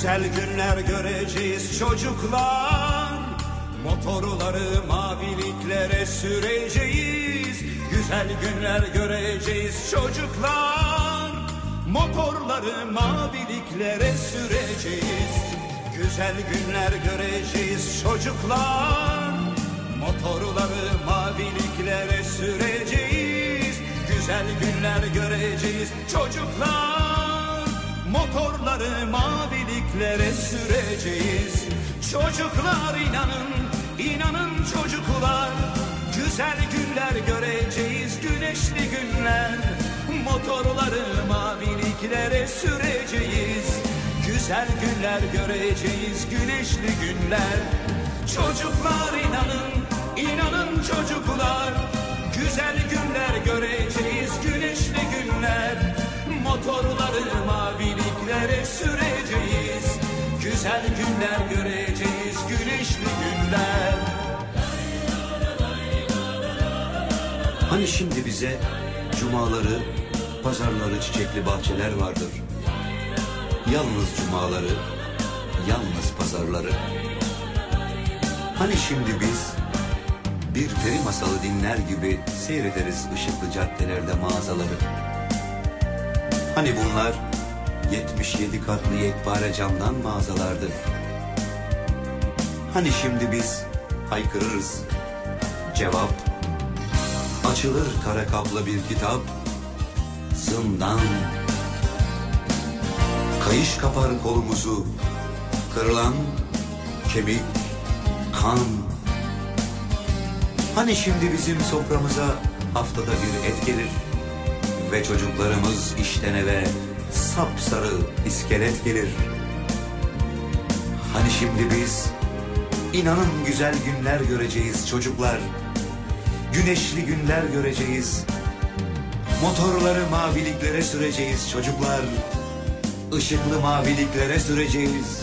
Güzel günler göreceğiz çocuklar. Motorları maviliklere süreceğiz. Güzel günler göreceğiz çocuklar. Motorları maviliklere süreceğiz. Güzel günler göreceğiz çocuklar. Motorları maviliklere süreceğiz. Güzel günler göreceğiz çocuklar. Motorları maviliklere süreceğiz. Çocuklar inanın, inanın çocuklar. Güzel günler göreceğiz, güneşli günler. Motorları maviliklere süreceğiz. Güzel günler göreceğiz, güneşli günler. Çocuklar inanın, inanın çocuklar. Güzel günler göreceğiz, güneşli günler. Motorları maviliklere süreceğiz. Güzel günler göreceğiz, güneşli günler. Hani şimdi bize cumaları, pazarları, çiçekli bahçeler vardır. Yalnız cumaları, yalnız pazarları. Hani şimdi biz bir peri masalı dinler gibi seyrederiz ışıklı caddelerde mağazaları. Hani bunlar 77 katlı yekpare camdan mağazalardı. Hani şimdi biz haykırırız. Cevap: açılır kara kaplı bir kitap. Zindan. Kayış kapar kolumuzu. Kırılan kemik, kan. Hani şimdi bizim soframıza haftada bir et gelir. Ve çocuklarımız işten eve sapsarı iskelet gelir. Hani şimdi biz inanın güzel günler göreceğiz çocuklar. Güneşli günler göreceğiz. Motorları maviliklere süreceğiz çocuklar. Işıklı maviliklere süreceğiz.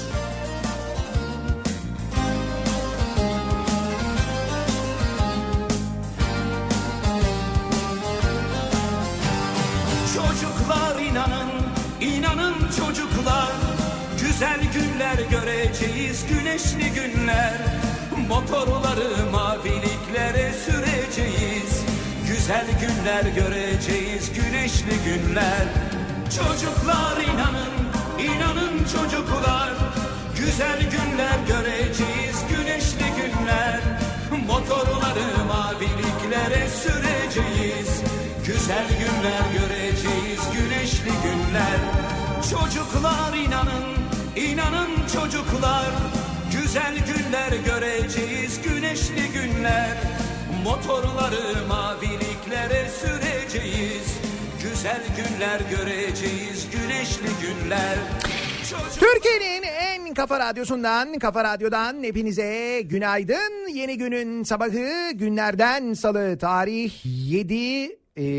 Çocuklar inanın, inanın çocuklar. Güzel günler göreceğiz, güneşli günler. Motorları maviliklere süreceğiz. Güzel günler göreceğiz, güneşli günler. Çocuklar inanın, inanın çocuklar. Güzel günler göreceğiz, güneşli günler. Motorları maviliklere süreceğiz. Güzel günler göreceğiz, güneşli günler. Çocuklar inanın, inanın çocuklar. Güzel günler göreceğiz, güneşli günler. Motorları maviliklere süreceğiz. Güzel günler göreceğiz, güneşli günler. Türkiye'nin en kafa radyosundan, Kafa Radyo'dan hepinize günaydın. Yeni günün sabahı, günlerden salı, tarih 7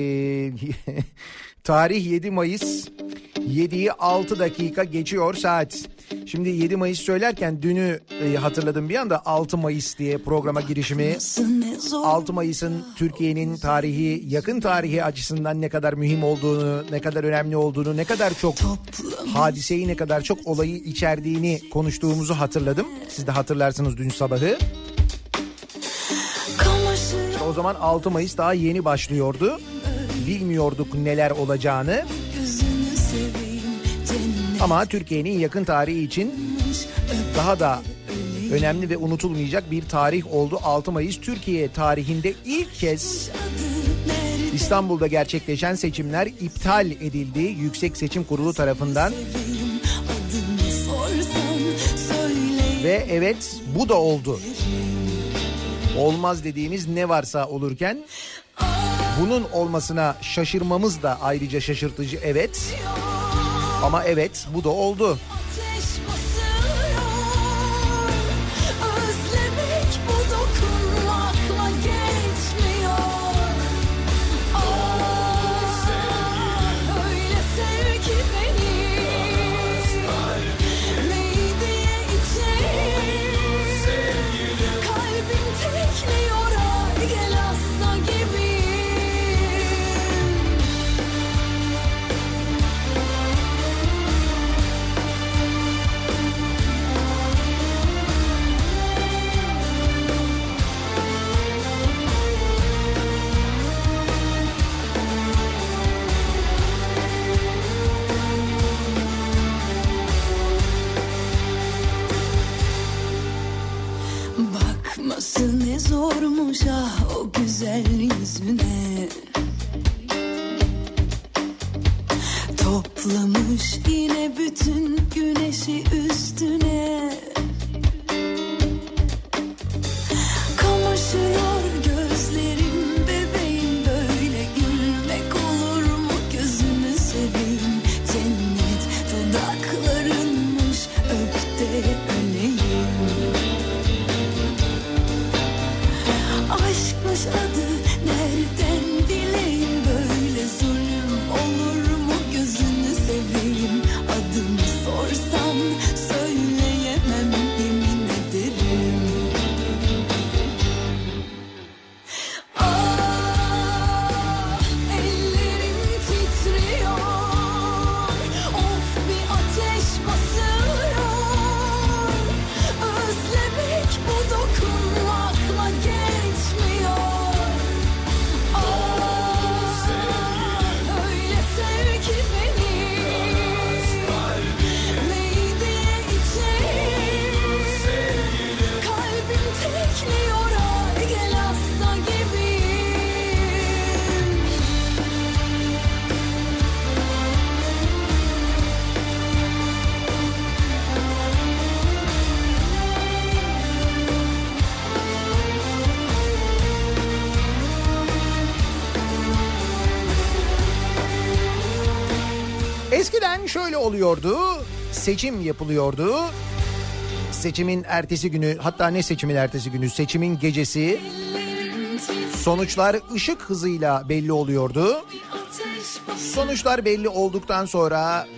tarih 7 Mayıs. 7'yi 6 dakika geçiyor saat. Şimdi 7 Mayıs söylerken dünü hatırladım bir anda, 6 Mayıs diye programa girişimi. 6 Mayıs'ın Türkiye'nin tarihi, yakın tarihi açısından ne kadar mühim olduğunu, ne kadar önemli olduğunu, ne kadar çok hadiseyi, ne kadar çok olayı içerdiğini konuştuğumuzu hatırladım. Siz de hatırlarsınız dün sabahı. O zaman 6 Mayıs daha yeni başlıyordu. Bilmiyorduk neler olacağını. Ama Türkiye'nin yakın tarihi için daha da önemli ve unutulmayacak bir tarih oldu 6 Mayıs. Türkiye tarihinde ilk kez İstanbul'da gerçekleşen seçimler iptal edildi Yüksek Seçim Kurulu tarafından. Ve evet, bu da oldu. Olmaz dediğimiz ne varsa olurken bunun olmasına şaşırmamız da ayrıca şaşırtıcı, evet. Ama evet, bu da oldu. alışması ne zormuş ah o güzel yüzüne. Toplamış yine bütün güneşi üstüne. Kamaşıyor gözlerim bebeğim, böyle gülmek olur mu gözünü seveyim. Cennet dudaklarınmış, öp de öleyim. Aşkmış adı nereden bileyim, böyle zulüm olur mu gözünü seveyim. Adımı sorsan söyleyemem yemin ederim. Ah ellerim titriyor, of bir ateş basıyor. Özlemek bu dokunmakla geçmiyor. Ah öyle sev ki beni, neydi içeyim. Kalbim tekliyor, ay gel hasta gibiyim. Eskiden şöyle oluyordu. Seçim yapılıyordu. Seçimin ertesi günü, hatta ne seçimin ertesi günü, seçimin gecesi sonuçlar ışık hızıyla belli oluyordu. Sonuçlar belli olduktan sonra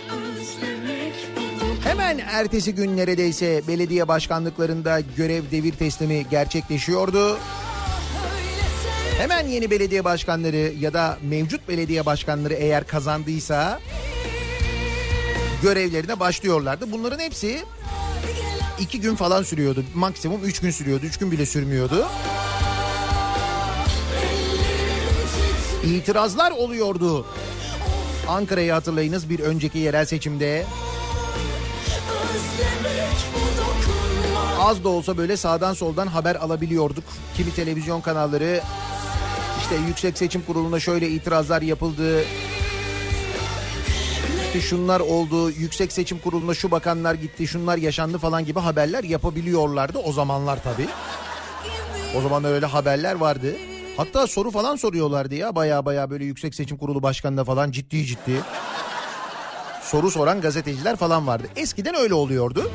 hemen ertesi gün neredeyse belediye başkanlıklarında görev devir teslimi gerçekleşiyordu. Hemen yeni belediye başkanları ya da mevcut belediye başkanları eğer kazandıysa görevlerine başlıyorlardı. Bunların hepsi 2 gün falan sürüyordu. Maksimum 3 gün sürüyordu. 3 gün bile sürmüyordu. İtirazlar oluyordu. Ankara'yı hatırlayınız, bir önceki yerel seçimde. Az da olsa böyle sağdan soldan haber alabiliyorduk. Kimi televizyon kanalları işte Yüksek Seçim Kurulu'na şöyle itirazlar yapıldı, İşte şunlar oldu, Yüksek Seçim Kurulu'na şu bakanlar gitti, şunlar yaşandı falan gibi haberler yapabiliyorlardı o zamanlar tabii. O zaman öyle haberler vardı. Hatta soru falan soruyorlardı ya, baya böyle Yüksek Seçim Kurulu Başkanı'na falan ciddi soru soran gazeteciler falan vardı. Eskiden öyle oluyordu.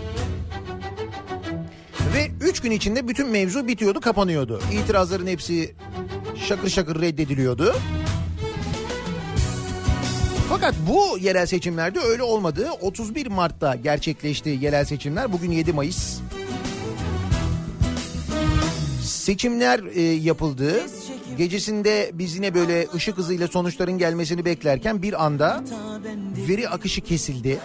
Ve 3 gün içinde bütün mevzu bitiyordu, kapanıyordu. İtirazların hepsi şakır şakır reddediliyordu. Fakat bu yerel seçimlerde öyle olmadı. 31 Mart'ta gerçekleşti yerel seçimler. Bugün 7 Mayıs. Seçimler yapıldı. Gecesinde biz yine böyle ışık hızıyla sonuçların gelmesini beklerken bir anda veri akışı kesildi.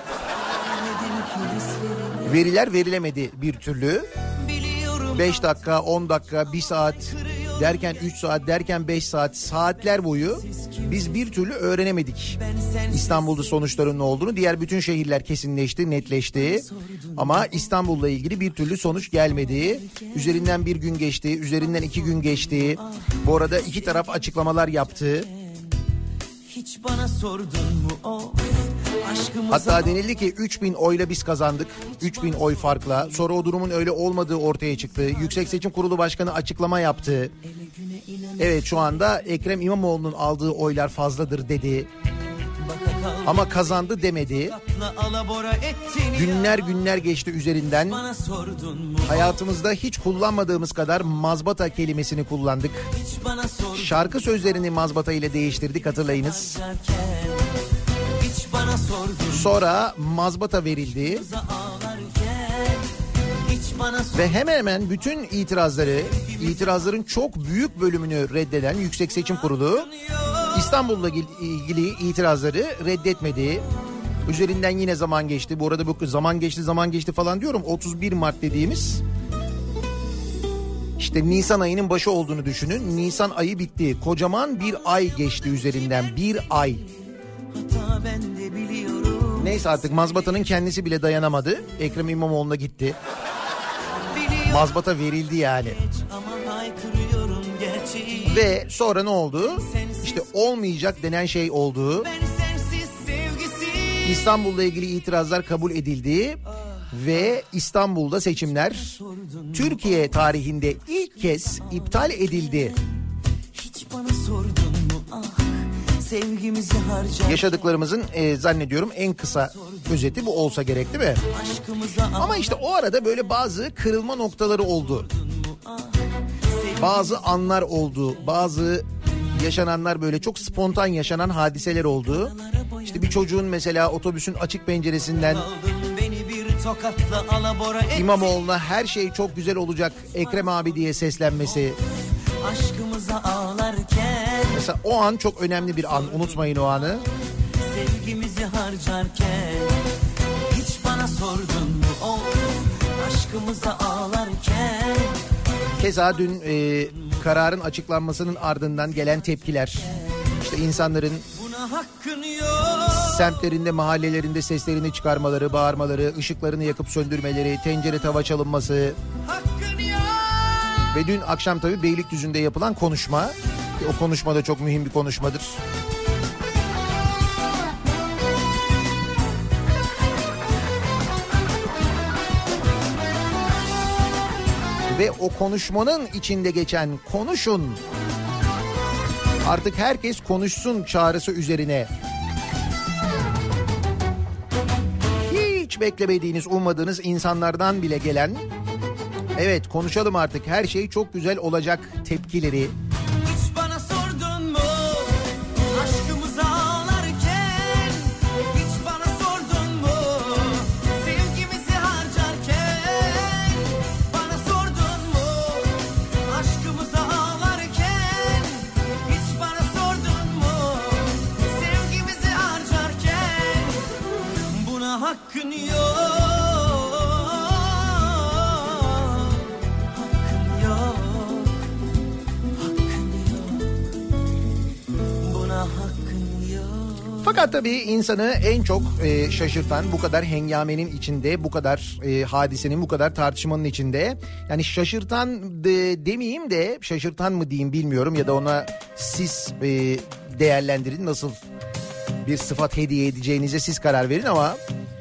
Veriler verilemedi bir türlü. 5 dakika, 10 dakika, 1 saat derken 3 saat derken 5 saat, saatler boyu biz bir türlü öğrenemedik İstanbul'da sonuçların ne olduğunu. Diğer bütün şehirler kesinleşti, netleşti ama İstanbul'la ilgili bir türlü sonuç gelmedi. Üzerinden 1 gün geçti, üzerinden 2 gün geçti. Bu arada iki taraf açıklamalar yaptı. Hiç bana sordun mu o? Hatta denildi ki 3000 oyla biz kazandık. 3000 oy farkla. Sonra o durumun öyle olmadığı ortaya çıktı. Yüksek Seçim Kurulu Başkanı açıklama yaptı. Evet, şu anda Ekrem İmamoğlu'nun aldığı oylar fazladır dedi. Ama kazandı demedi. Günler geçti üzerinden. Hayatımızda hiç kullanmadığımız kadar mazbata kelimesini kullandık. Şarkı sözlerini mazbata ile değiştirdik, hatırlayınız. Sonra mazbata verildi. Ve hemen bütün itirazların çok büyük bölümünü reddeden Yüksek Seçim Kurulu İstanbul'la ilgili itirazları reddetmedi. Üzerinden yine zaman geçti. Bu arada bu zaman geçti falan diyorum. 31 Mart dediğimiz işte Nisan ayının başı olduğunu düşünün. Nisan ayı bitti. Kocaman bir ay geçti üzerinden. Bir ay. Neyse artık mazbatanın kendisi bile dayanamadı. Ekrem İmamoğlu'na gitti. Mazbata verildi yani. Ve sonra ne oldu? İşte olmayacak denen şey oldu. İstanbul'la ilgili itirazlar kabul edildi. Ve İstanbul'da seçimler Türkiye tarihinde ilk kez iptal edildi. Hiç bana sordun mu ah sevgimizi harcar. Yaşadıklarımızın zannediyorum en kısa özeti bu olsa gerek değil mi? Ama işte o arada böyle bazı kırılma noktaları oldu. Bazı anlar oldu. Bazı yaşananlar böyle çok spontan yaşanan hadiseler oldu. İşte bir çocuğun mesela otobüsün açık penceresinden İmamoğlu'na her şey çok güzel olacak Ekrem abi diye seslenmesi. Aşkımıza ağlarken. Mesela o an çok önemli bir an. Unutmayın o anı. Sevgimizi harcarken. Hiç bana sordun mu o aşkımıza ağlarken. Keza dün kararın açıklanmasının ardından gelen tepkiler. İşte insanların semtlerinde, mahallelerinde seslerini çıkarmaları, bağırmaları, ışıklarını yakıp söndürmeleri, tencere tava çalınması. Ve dün akşam tabii Beylikdüzü'nde yapılan konuşma. O konuşma da çok mühim bir konuşmadır. Ve o konuşmanın içinde geçen konuşun. Artık herkes konuşsun çağrısı üzerine. Hiç beklemediğiniz, ummadığınız insanlardan bile gelen, evet konuşalım artık her şey çok güzel olacak tepkileri. Hiç bana sordun mu aşkımıza ağlarken. Hiç bana sordun mu sevgimizi harcarken. Bana sordun mu aşkımıza ağlarken. Hiç bana sordun mu sevgimizi harcarken. Buna hakkın yok. Fakat tabii insanı en çok şaşırtan bu kadar hengamenin içinde, bu kadar hadisenin, bu kadar tartışmanın içinde, yani şaşırtan demeyeyim de şaşırtan mı diyeyim bilmiyorum, ya da ona siz değerlendirin, nasıl bir sıfat hediye edeceğinize siz karar verin, ama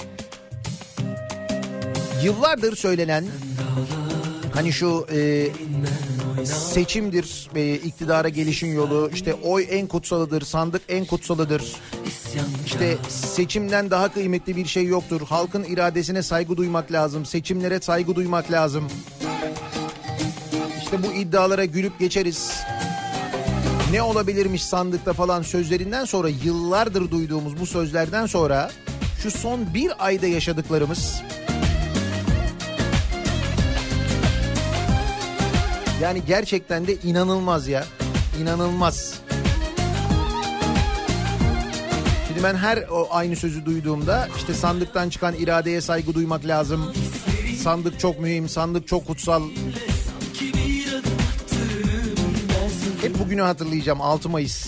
yıllardır söylenen hani şu seçimdir iktidara gelişin yolu, işte oy en kutsalıdır, sandık en kutsalıdır, işte seçimden daha kıymetli bir şey yoktur, halkın iradesine saygı duymak lazım, seçimlere saygı duymak lazım, işte bu iddialara gülüp geçeriz, ne olabilirmiş sandıkta falan sözlerinden sonra, yıllardır duyduğumuz bu sözlerden sonra şu son bir ayda yaşadıklarımız, yani gerçekten de inanılmaz ya. İnanılmaz. Şimdi ben her o aynı sözü duyduğumda işte sandıktan çıkan iradeye saygı duymak lazım. Sandık çok mühim, sandık çok kutsal. Hep bugünü hatırlayacağım, 6 Mayıs.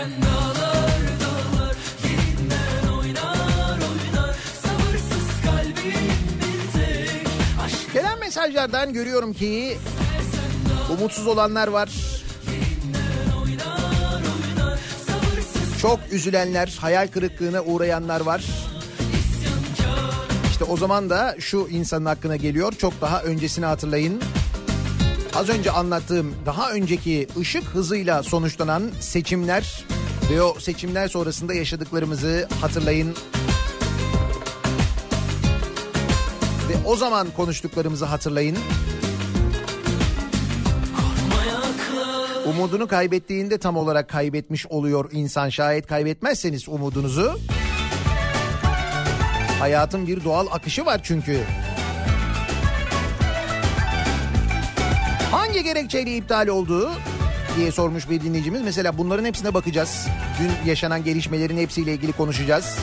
Gelen mesajlardan görüyorum ki umutsuz olanlar var. Çok üzülenler, hayal kırıklığına uğrayanlar var. İşte o zaman da şu insanın hakkına geliyor. Çok daha öncesini hatırlayın. Az önce anlattığım daha önceki ışık hızıyla sonuçlanan seçimler ve o seçimler sonrasında yaşadıklarımızı hatırlayın. Ve o zaman konuştuklarımızı hatırlayın. Umudunu kaybettiğinde tam olarak kaybetmiş oluyor insan. Şayet kaybetmezseniz umudunuzu. Hayatın bir doğal akışı var çünkü. Hangi gerekçeyle iptal olduğu diye sormuş bir dinleyicimiz. Mesela bunların hepsine bakacağız. Dün yaşanan gelişmelerin hepsiyle ilgili konuşacağız.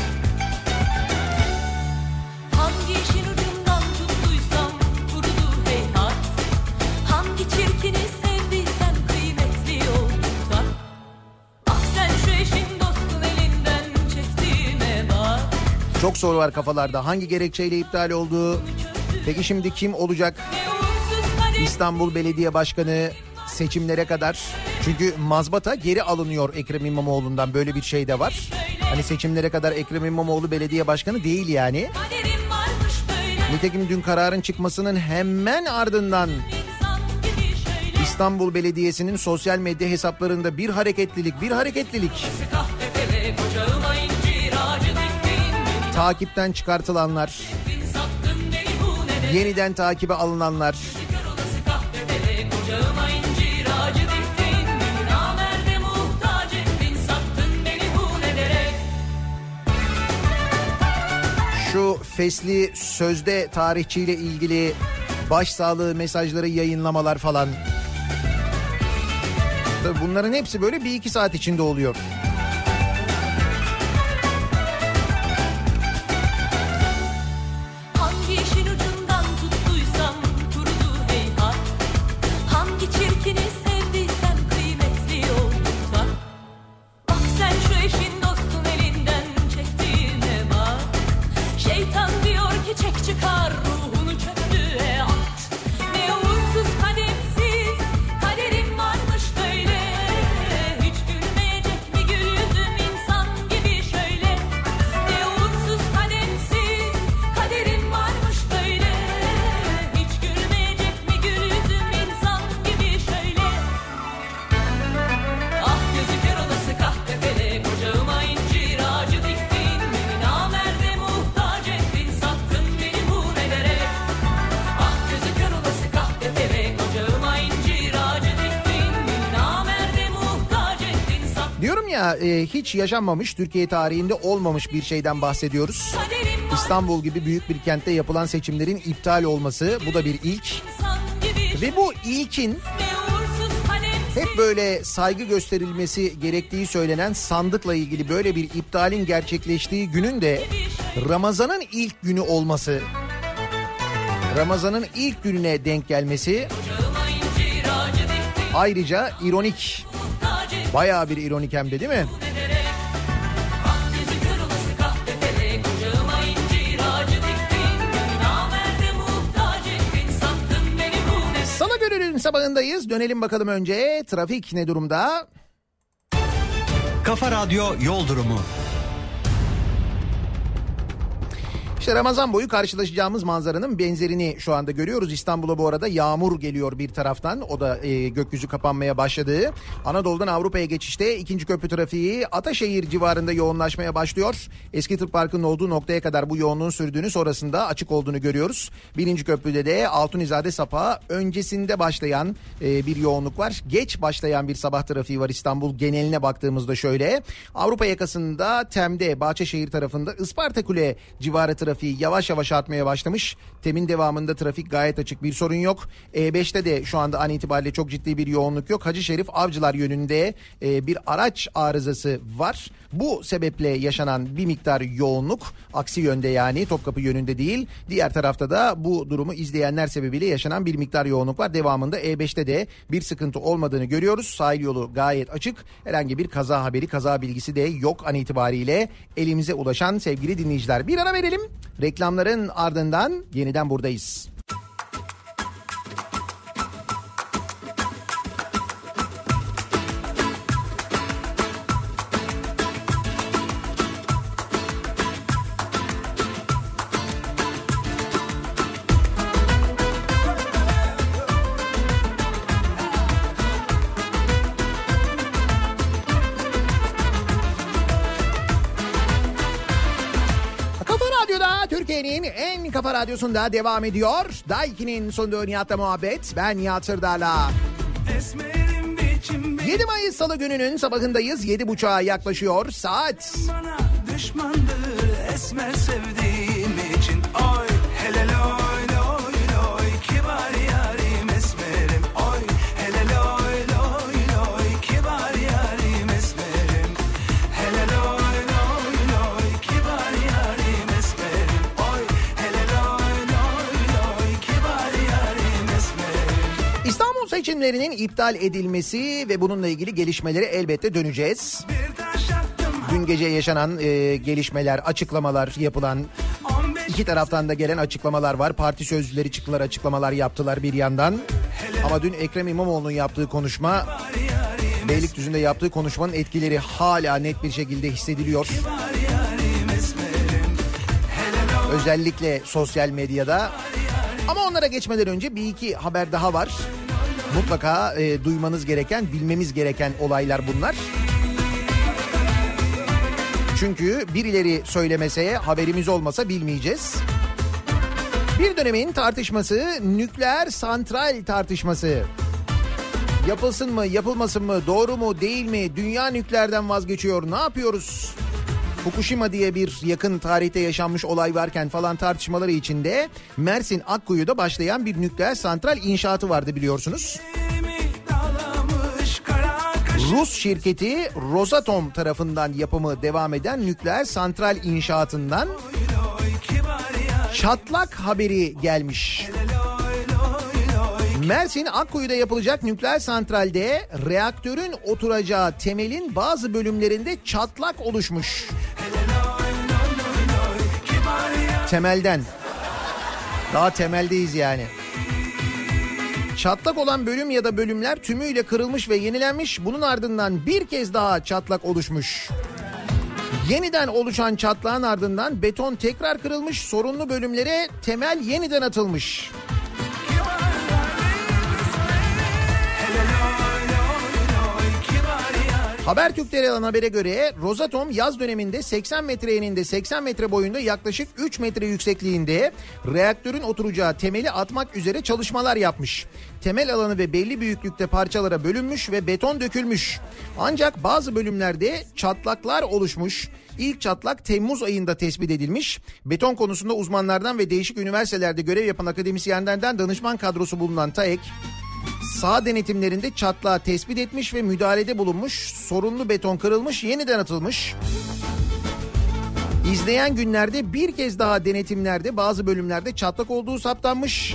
Çok soru var kafalarda. Hangi gerekçeyle iptal olduğu? Peki şimdi kim olacak? İstanbul Belediye Başkanı seçimlere kadar. Çünkü mazbata geri alınıyor Ekrem İmamoğlu'ndan. Böyle bir şey de var. Hani seçimlere kadar Ekrem İmamoğlu belediye başkanı değil yani. Nitekim dün kararın çıkmasının hemen ardından İstanbul Belediyesi'nin sosyal medya hesaplarında bir hareketlilik. Takipten çıkartılanlar, yeniden takibe alınanlar. Şu fesli sözde tarihçiyle ilgili başsağlığı mesajları yayınlamalar falan. Tabii bunların hepsi böyle 1-2 saat içinde oluyor. Hiç yaşanmamış, Türkiye tarihinde olmamış bir şeyden bahsediyoruz. İstanbul gibi büyük bir kentte yapılan seçimlerin iptal olması, bu da bir ilk. Ve bu ilkin hep böyle saygı gösterilmesi gerektiği söylenen sandıkla ilgili böyle bir iptalin gerçekleştiği günün de Ramazan'ın ilk günü olması, Ramazan'ın ilk gününe denk gelmesi ayrıca ironik. Bayağı bir ironik hem de, değil mi? Salı gününün sabahındayız. Dönelim bakalım önce. Trafik ne durumda? Kafa Radyo Yol Durumu. İşte Ramazan boyu karşılaşacağımız manzaranın benzerini şu anda görüyoruz. İstanbul'a bu arada yağmur geliyor bir taraftan. O da gökyüzü kapanmaya başladı. Anadolu'dan Avrupa'ya geçişte ikinci köprü trafiği Ataşehir civarında yoğunlaşmaya başlıyor. Eski Tıp Parkı'nın olduğu noktaya kadar bu yoğunluğun sürdüğünü, sonrasında açık olduğunu görüyoruz. Birinci köprüde de Altunizade Sapağı öncesinde başlayan bir yoğunluk var. Geç başlayan bir sabah trafiği var İstanbul geneline baktığımızda şöyle. Avrupa yakasında Tem'de, Bahçeşehir tarafında Isparta Kule civarı trafiği trafiği yavaş yavaş artmaya başlamış. TEM'in devamında trafik gayet açık, bir sorun yok. E5'te de şu anda an itibariyle çok ciddi bir yoğunluk yok. Hacı Şerif Avcılar yönünde bir araç arızası var. Bu sebeple yaşanan bir miktar yoğunluk aksi yönde, yani Topkapı yönünde değil. Diğer tarafta da bu durumu izleyenler sebebiyle yaşanan bir miktar yoğunluk var. Devamında E5'te de bir sıkıntı olmadığını görüyoruz. Sahil yolu gayet açık. Herhangi bir kaza haberi, kaza bilgisi de yok an itibariyle elimize ulaşan sevgili dinleyiciler. Bir ara verelim. Reklamların ardından yeniden buradayız. Türkiye'nin en kafa radyosunda devam ediyor. Daiki'nin sunduğu Nihat'la muhabbet. Ben Nihat Sırdar'la. 7 Mayıs Salı gününün sabahındayız. 7.30'a yaklaşıyor saat. Bana düşmandır esmer sevdiğim için. Oy hele loy loy loy kibar yarim esmerim. Oy hele loy loy loy kibar yarim esmerim. Hele loy loy loy kibar yarim esmerim. Oy hele loy loy loy kibar yarim esmerim. İstanbul seçimlerinin iptal edilmesi ve bununla ilgili gelişmelere elbette döneceğiz. Dün gece yaşanan gelişmeler, açıklamalar yapılan, iki taraftan da gelen açıklamalar var. Parti sözcüleri çıktılar, açıklamalar yaptılar bir yandan. Ama dün Ekrem İmamoğlu'nun yaptığı konuşma, Beylikdüzü'nde yaptığı konuşmanın etkileri hala net bir şekilde hissediliyor. Özellikle sosyal medyada. Ama onlara geçmeden önce bir iki haber daha var. Mutlaka duymanız gereken, bilmemiz gereken olaylar bunlar. Çünkü birileri söylemese, haberimiz olmasa bilmeyeceğiz. Bir dönemin tartışması, nükleer santral tartışması. Yapılsın mı, yapılmasın mı, doğru mu, değil mi? Dünya nükleerden vazgeçiyor, ne yapıyoruz? Fukushima diye bir yakın tarihte yaşanmış olay varken falan tartışmaları içinde Mersin Akkuyu'da başlayan bir nükleer santral inşaatı vardı biliyorsunuz. Rus şirketi Rosatom tarafından yapımı devam eden nükleer santral inşaatından çatlak haberi gelmiş. Mersin Akkuyu'da yapılacak nükleer santralde reaktörün oturacağı temelin bazı bölümlerinde çatlak oluşmuş. Temelden. Daha temeldeyiz yani. Çatlak olan bölüm ya da bölümler tümüyle kırılmış ve yenilenmiş. Bunun ardından bir kez daha çatlak oluşmuş. Yeniden oluşan çatlağın ardından beton tekrar kırılmış. Sorunlu bölümlere temel yeniden atılmış. Habertürk'te alan habere göre Rosatom yaz döneminde 80 metre eninde 80 metre boyunda yaklaşık 3 metre yüksekliğinde reaktörün oturacağı temeli atmak üzere çalışmalar yapmış. Temel alanı ve belli büyüklükte parçalara bölünmüş ve beton dökülmüş. Ancak bazı bölümlerde çatlaklar oluşmuş. İlk çatlak Temmuz ayında tespit edilmiş. Beton konusunda uzmanlardan ve değişik üniversitelerde görev yapan akademisyenlerden danışman kadrosu bulunan TAEK, saha denetimlerinde çatlağı tespit etmiş ve müdahalede bulunmuş. Sorunlu beton kırılmış, yeniden atılmış. İzleyen günlerde bir kez daha denetimlerde bazı bölümlerde çatlak olduğu saptanmış.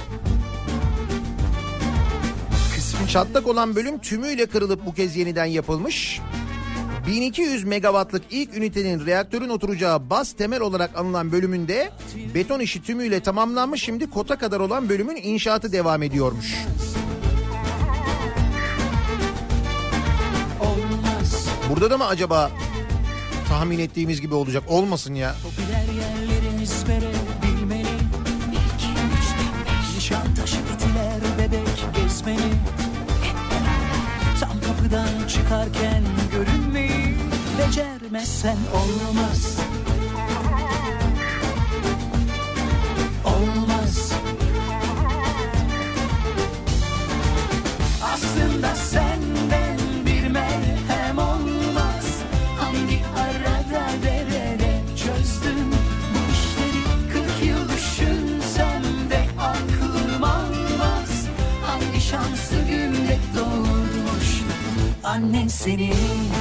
Çatlak olan bölüm tümüyle kırılıp bu kez yeniden yapılmış. 1200 megawattlık ilk ünitenin reaktörün oturacağı baz temel olarak anılan bölümünde beton işi tümüyle tamamlanmış. Şimdi kota kadar olan bölümün inşaatı devam ediyormuş. Burada da mı acaba tahmin ettiğimiz gibi olacak? Olmasın ya. Popüler yerlerimiz verebilmeli. 2, 3, 5. Nişantaşı etiler bebek gezmeli. Tam kapıdan çıkarken görünmeyi becermezsen olmaz. Olmaz. Aslında senden bir merhem olmaz. Hangi arada derede çözdün bu işleri 40 annen seni.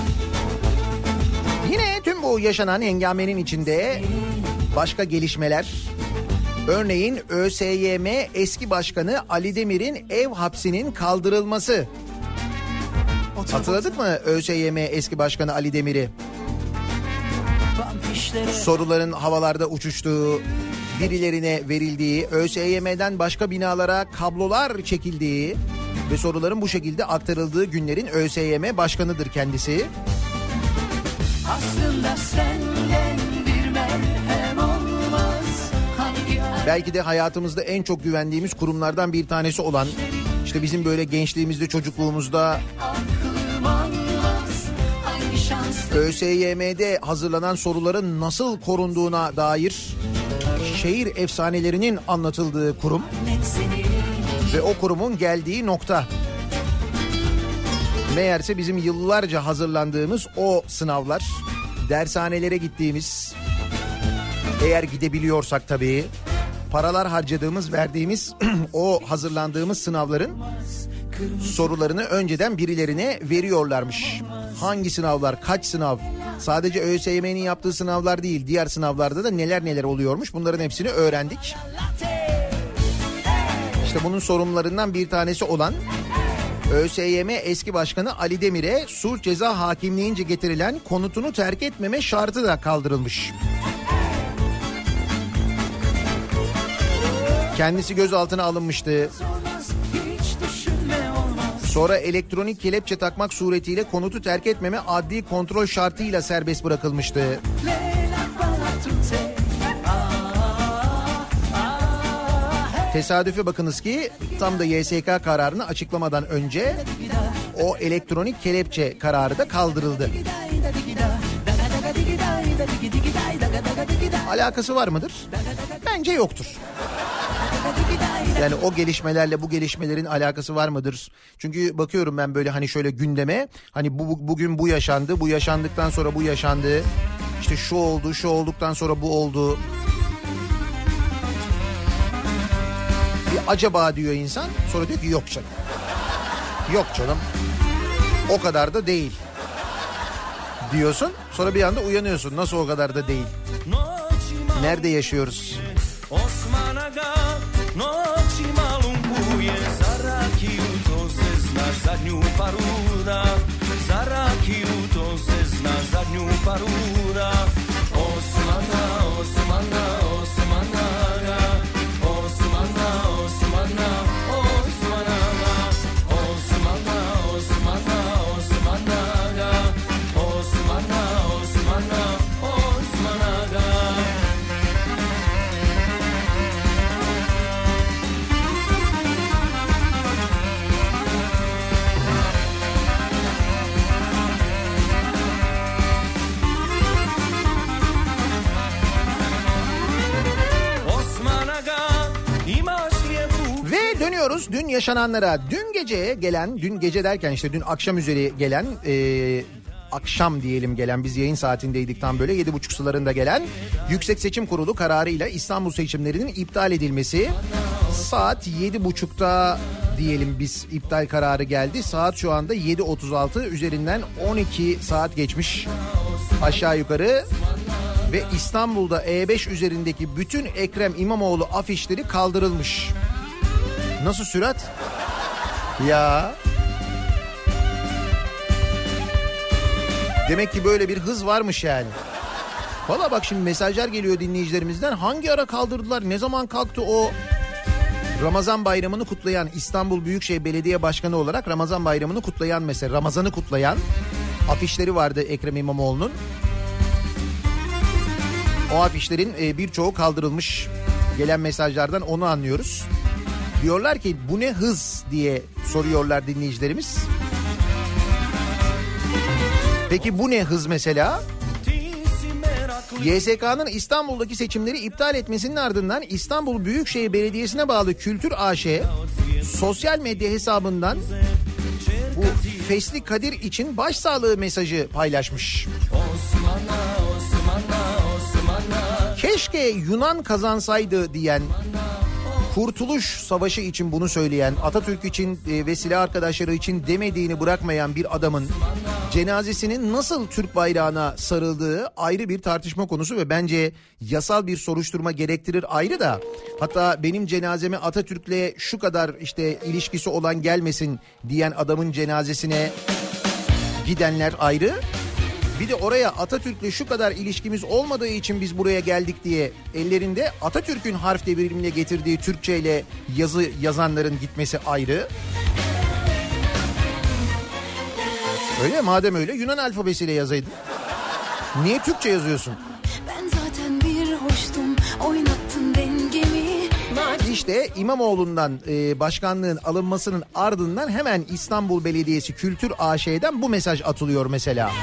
Yine tüm bu yaşanan hengamenin içinde başka gelişmeler. Örneğin ÖSYM eski başkanı Ali Demir'in ev hapsinin kaldırılması. Hatırladık mı ÖSYM eski başkanı Ali Demir'i? Soruların havalarda uçuştuğu, birilerine verildiği, ÖSYM'den başka binalara kablolar çekildiği ve soruların bu şekilde aktarıldığı günlerin ÖSYM başkanıdır kendisi. Aslında senden bir merhem olmaz. Belki de hayatımızda en çok güvendiğimiz kurumlardan bir tanesi olan, işte bizim böyle gençliğimizde, çocukluğumuzda ÖSYM'de hazırlanan soruların nasıl korunduğuna dair şehir efsanelerinin anlatıldığı kurum ve o kurumun geldiği nokta. Meğerse bizim yıllarca hazırlandığımız o sınavlar, dershanelere gittiğimiz, eğer gidebiliyorsak tabii, paralar harcadığımız, verdiğimiz o hazırlandığımız sınavların sorularını önceden birilerine veriyorlarmış. Hangi sınavlar, kaç sınav, sadece ÖSYM'nin yaptığı sınavlar değil, diğer sınavlarda da neler neler oluyormuş, bunların hepsini öğrendik. İşte bunun sorumlularından bir tanesi olan ÖSYM eski başkanı Ali Demir'e sulh ceza hakimliğince getirilen konutunu terk etmeme şartı da kaldırılmış. Kendisi gözaltına alınmıştı. Sonra elektronik kelepçe takmak suretiyle konutu terk etmeme adli kontrol şartıyla serbest bırakılmıştı. Tesadüfe bakınız ki tam da YSK kararını açıklamadan önce o elektronik kelepçe kararı da kaldırıldı. Alakası var mıdır? Bence yoktur. Yani o gelişmelerle bu gelişmelerin alakası var mıdır? Çünkü bakıyorum ben böyle hani şöyle gündeme, hani bugün bu yaşandı, bu yaşandıktan sonra bu yaşandı. İşte şu oldu, şu olduktan sonra bu oldu. Bir acaba diyor insan, sonra diyor ki yok canım. Yok canım. O kadar da değil. Diyorsun, sonra bir anda uyanıyorsun. Nasıl o kadar da değil? Nerede yaşıyoruz? Noći malunkuje, za rakiju to se zna, zadnju paruda. Za rakiju to se zna, zadnju paruda. Osmana, Osmana, Osmana ga. Osmana, Osmana, Osmana ga. Osmana, Osmana, Osmana ga. Osmana, Osmana, Osmana ga. Ve dönüyoruz dün yaşananlara. Dün gece gelen, dün gece derken işte dün akşam üzeri gelen, akşam diyelim gelen, biz yayın saatindeydik tam böyle 7.30 sularında gelen Yüksek Seçim Kurulu kararıyla İstanbul seçimlerinin iptal edilmesi. Saat 7.30'da diyelim biz, iptal kararı geldi. Saat şu anda 7.36, üzerinden 12 saat geçmiş aşağı yukarı. Ve İstanbul'da E5 üzerindeki bütün Ekrem İmamoğlu afişleri kaldırılmış. Nasıl sürat? Ya. Demek ki böyle bir hız varmış yani. Valla bak şimdi mesajlar geliyor dinleyicilerimizden. Hangi ara kaldırdılar? Ne zaman kalktı o Ramazan bayramını kutlayan, İstanbul Büyükşehir Belediye Başkanı olarak Ramazan bayramını kutlayan, mesela Ramazan'ı kutlayan afişleri vardı Ekrem İmamoğlu'nun. O afişlerin birçoğu kaldırılmış. Gelen mesajlardan onu anlıyoruz. Diyorlar ki bu ne hız diye soruyorlar dinleyicilerimiz. Peki bu ne hız mesela? YSK'nın İstanbul'daki seçimleri iptal etmesinin ardından İstanbul Büyükşehir Belediyesi'ne bağlı Kültür AŞ sosyal medya hesabından bu Fesli Kadir için başsağlığı mesajı paylaşmış. Keşke Yunan kazansaydı diyen Kurtuluş Savaşı için bunu söyleyen, Atatürk için ve silah arkadaşları için demediğini bırakmayan bir adamın cenazesinin nasıl Türk bayrağına sarıldığı ayrı bir tartışma konusu ve bence yasal bir soruşturma gerektirir ayrı da. Hatta benim cenazeme Atatürk'le şu kadar işte ilişkisi olan gelmesin diyen adamın cenazesine gidenler ayrı. Bir de oraya Atatürk'le şu kadar ilişkimiz olmadığı için biz buraya geldik diye ellerinde Atatürk'ün harf devrimiyle getirdiği Türkçeyle yazı yazanların gitmesi ayrı. Öyle, madem öyle Yunan alfabesiyle yazaydın. Niye Türkçe yazıyorsun? Ben zaten bir hoştum, oynattın dengemi. İşte İmamoğlu'ndan başkanlığın alınmasının ardından hemen İstanbul Belediyesi Kültür AŞ'den bu mesaj atılıyor mesela.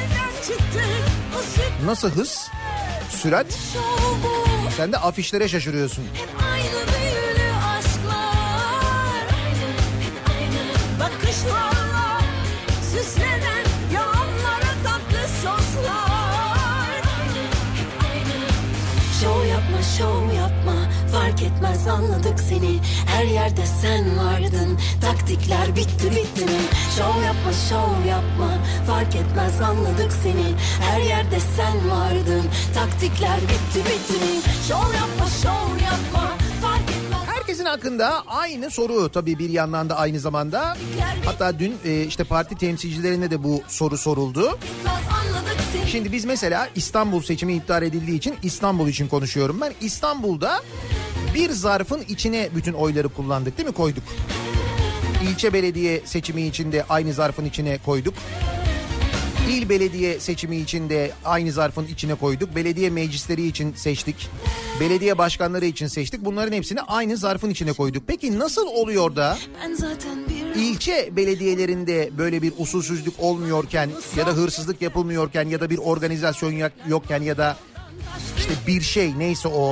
Nasıl hız? Sürat? Sen de afişlere şaşırıyorsun. Aynı büyülü aşklar, hep aynı bakışlarla süslenen yalanlara tatlı soslar. Hep aynı. Şov yapma, şov yapma, fark etmez anladık seni. Her yerde sen vardın, taktikler bitti bitti mi? Şov yapma, şov yapma, fark etmez anladık seni. Her yerde sen vardın, taktikler bitti bitti mi? Şov yapma, şov yapma, fark etmez. Herkesin hakkında aynı soru tabii bir yandan da aynı zamanda. Hatta dün işte parti temsilcilerine de bu soru soruldu. Şimdi biz mesela İstanbul seçimi iptal edildiği için İstanbul için konuşuyorum ben. İstanbul'da bir zarfın içine bütün oyları kullandık değil mi, koyduk. İlçe belediye seçimi için de aynı zarfın içine koyduk. İl belediye seçimi için de aynı zarfın içine koyduk. Belediye meclisleri için seçtik. Belediye başkanları için seçtik. Bunların hepsini aynı zarfın içine koyduk. Peki nasıl oluyor da ilçe belediyelerinde böyle bir usulsüzlük olmuyorken ya da hırsızlık yapılmıyorken ya da bir organizasyon yokken ya da işte bir şey neyse o,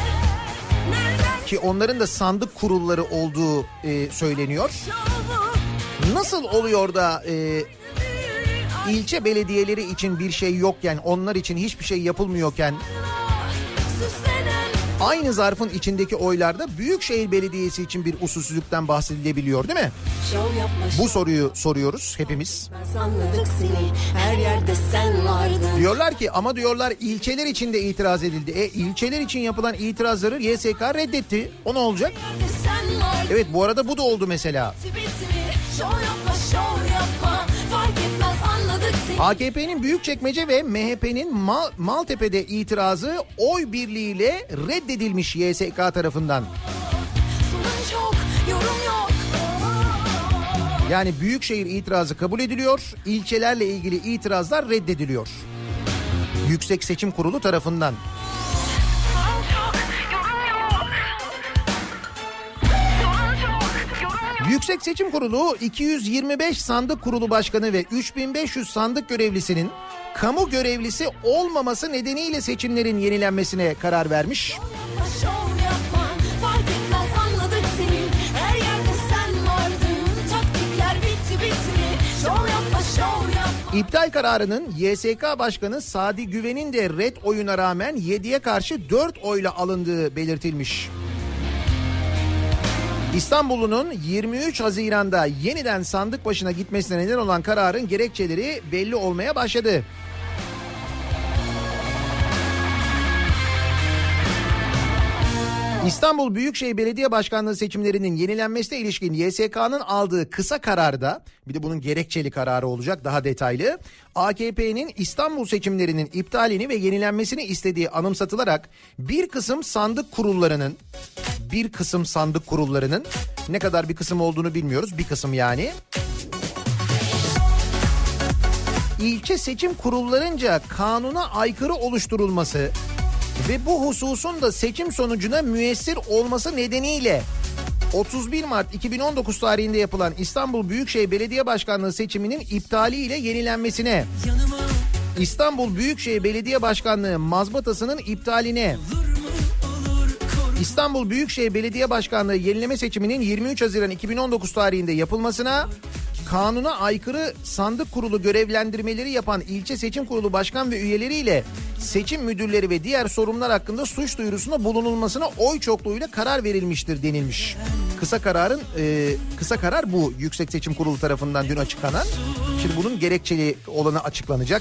ki onların da sandık kurulları olduğu söyleniyor. Nasıl oluyor da ilçe belediyeleri için bir şey yokken, onlar için hiçbir şey yapılmıyorken aynı zarfın içindeki oylarda Büyükşehir Belediyesi için bir usulsüzlükten bahsedilebiliyor değil mi? Bu soruyu soruyoruz hepimiz. Her yerde sen vardın. Diyorlar ki ama diyorlar ilçeler için de itiraz edildi. İlçeler için yapılan itirazları YSK reddetti. O ne olacak? Evet, bu arada bu da oldu mesela. AKP'nin Büyükçekmece ve MHP'nin Maltepe'de itirazı oy birliğiyle reddedilmiş YSK tarafından. Yani Büyükşehir itirazı kabul ediliyor, ilçelerle ilgili itirazlar reddediliyor. Yüksek Seçim Kurulu tarafından. Yüksek Seçim Kurulu 225 sandık kurulu başkanı ve 3500 sandık görevlisinin kamu görevlisi olmaması nedeniyle seçimlerin yenilenmesine karar vermiş. İptal kararının YSK Başkanı Sadi Güven'in de red oyuna rağmen 7'ye karşı 4 oyla alındığı belirtilmiş. İstanbul'un 23 Haziran'da yeniden sandık başına gitmesine neden olan kararın gerekçeleri belli olmaya başladı. İstanbul Büyükşehir Belediye Başkanlığı seçimlerinin yenilenmesine ilişkin YSK'nın aldığı kısa kararda, bir de bunun gerekçeli kararı olacak daha detaylı, AKP'nin İstanbul seçimlerinin iptalini ve yenilenmesini istediği anımsatılarak bir kısım sandık kurullarının ne kadar bir kısım olduğunu bilmiyoruz, bir kısım yani, ilçe seçim kurullarınca kanuna aykırı oluşturulması ve bu hususun da seçim sonucuna müessir olması nedeniyle 31 Mart 2019 tarihinde yapılan İstanbul Büyükşehir Belediye Başkanlığı seçiminin iptaliyle yenilenmesine, İstanbul Büyükşehir Belediye Başkanlığı mazbatasının iptaline, İstanbul Büyükşehir Belediye Başkanlığı yenileme seçiminin 23 Haziran 2019 tarihinde yapılmasına, kanuna aykırı sandık kurulu görevlendirmeleri yapan ilçe seçim kurulu başkan ve üyeleriyle seçim müdürleri ve diğer sorumlular hakkında suç duyurusunda bulunulmasına oy çokluğuyla karar verilmiştir denilmiş. Kısa karar bu Yüksek Seçim Kurulu tarafından dün açıklanan. Şimdi bunun gerekçeli olanı açıklanacak.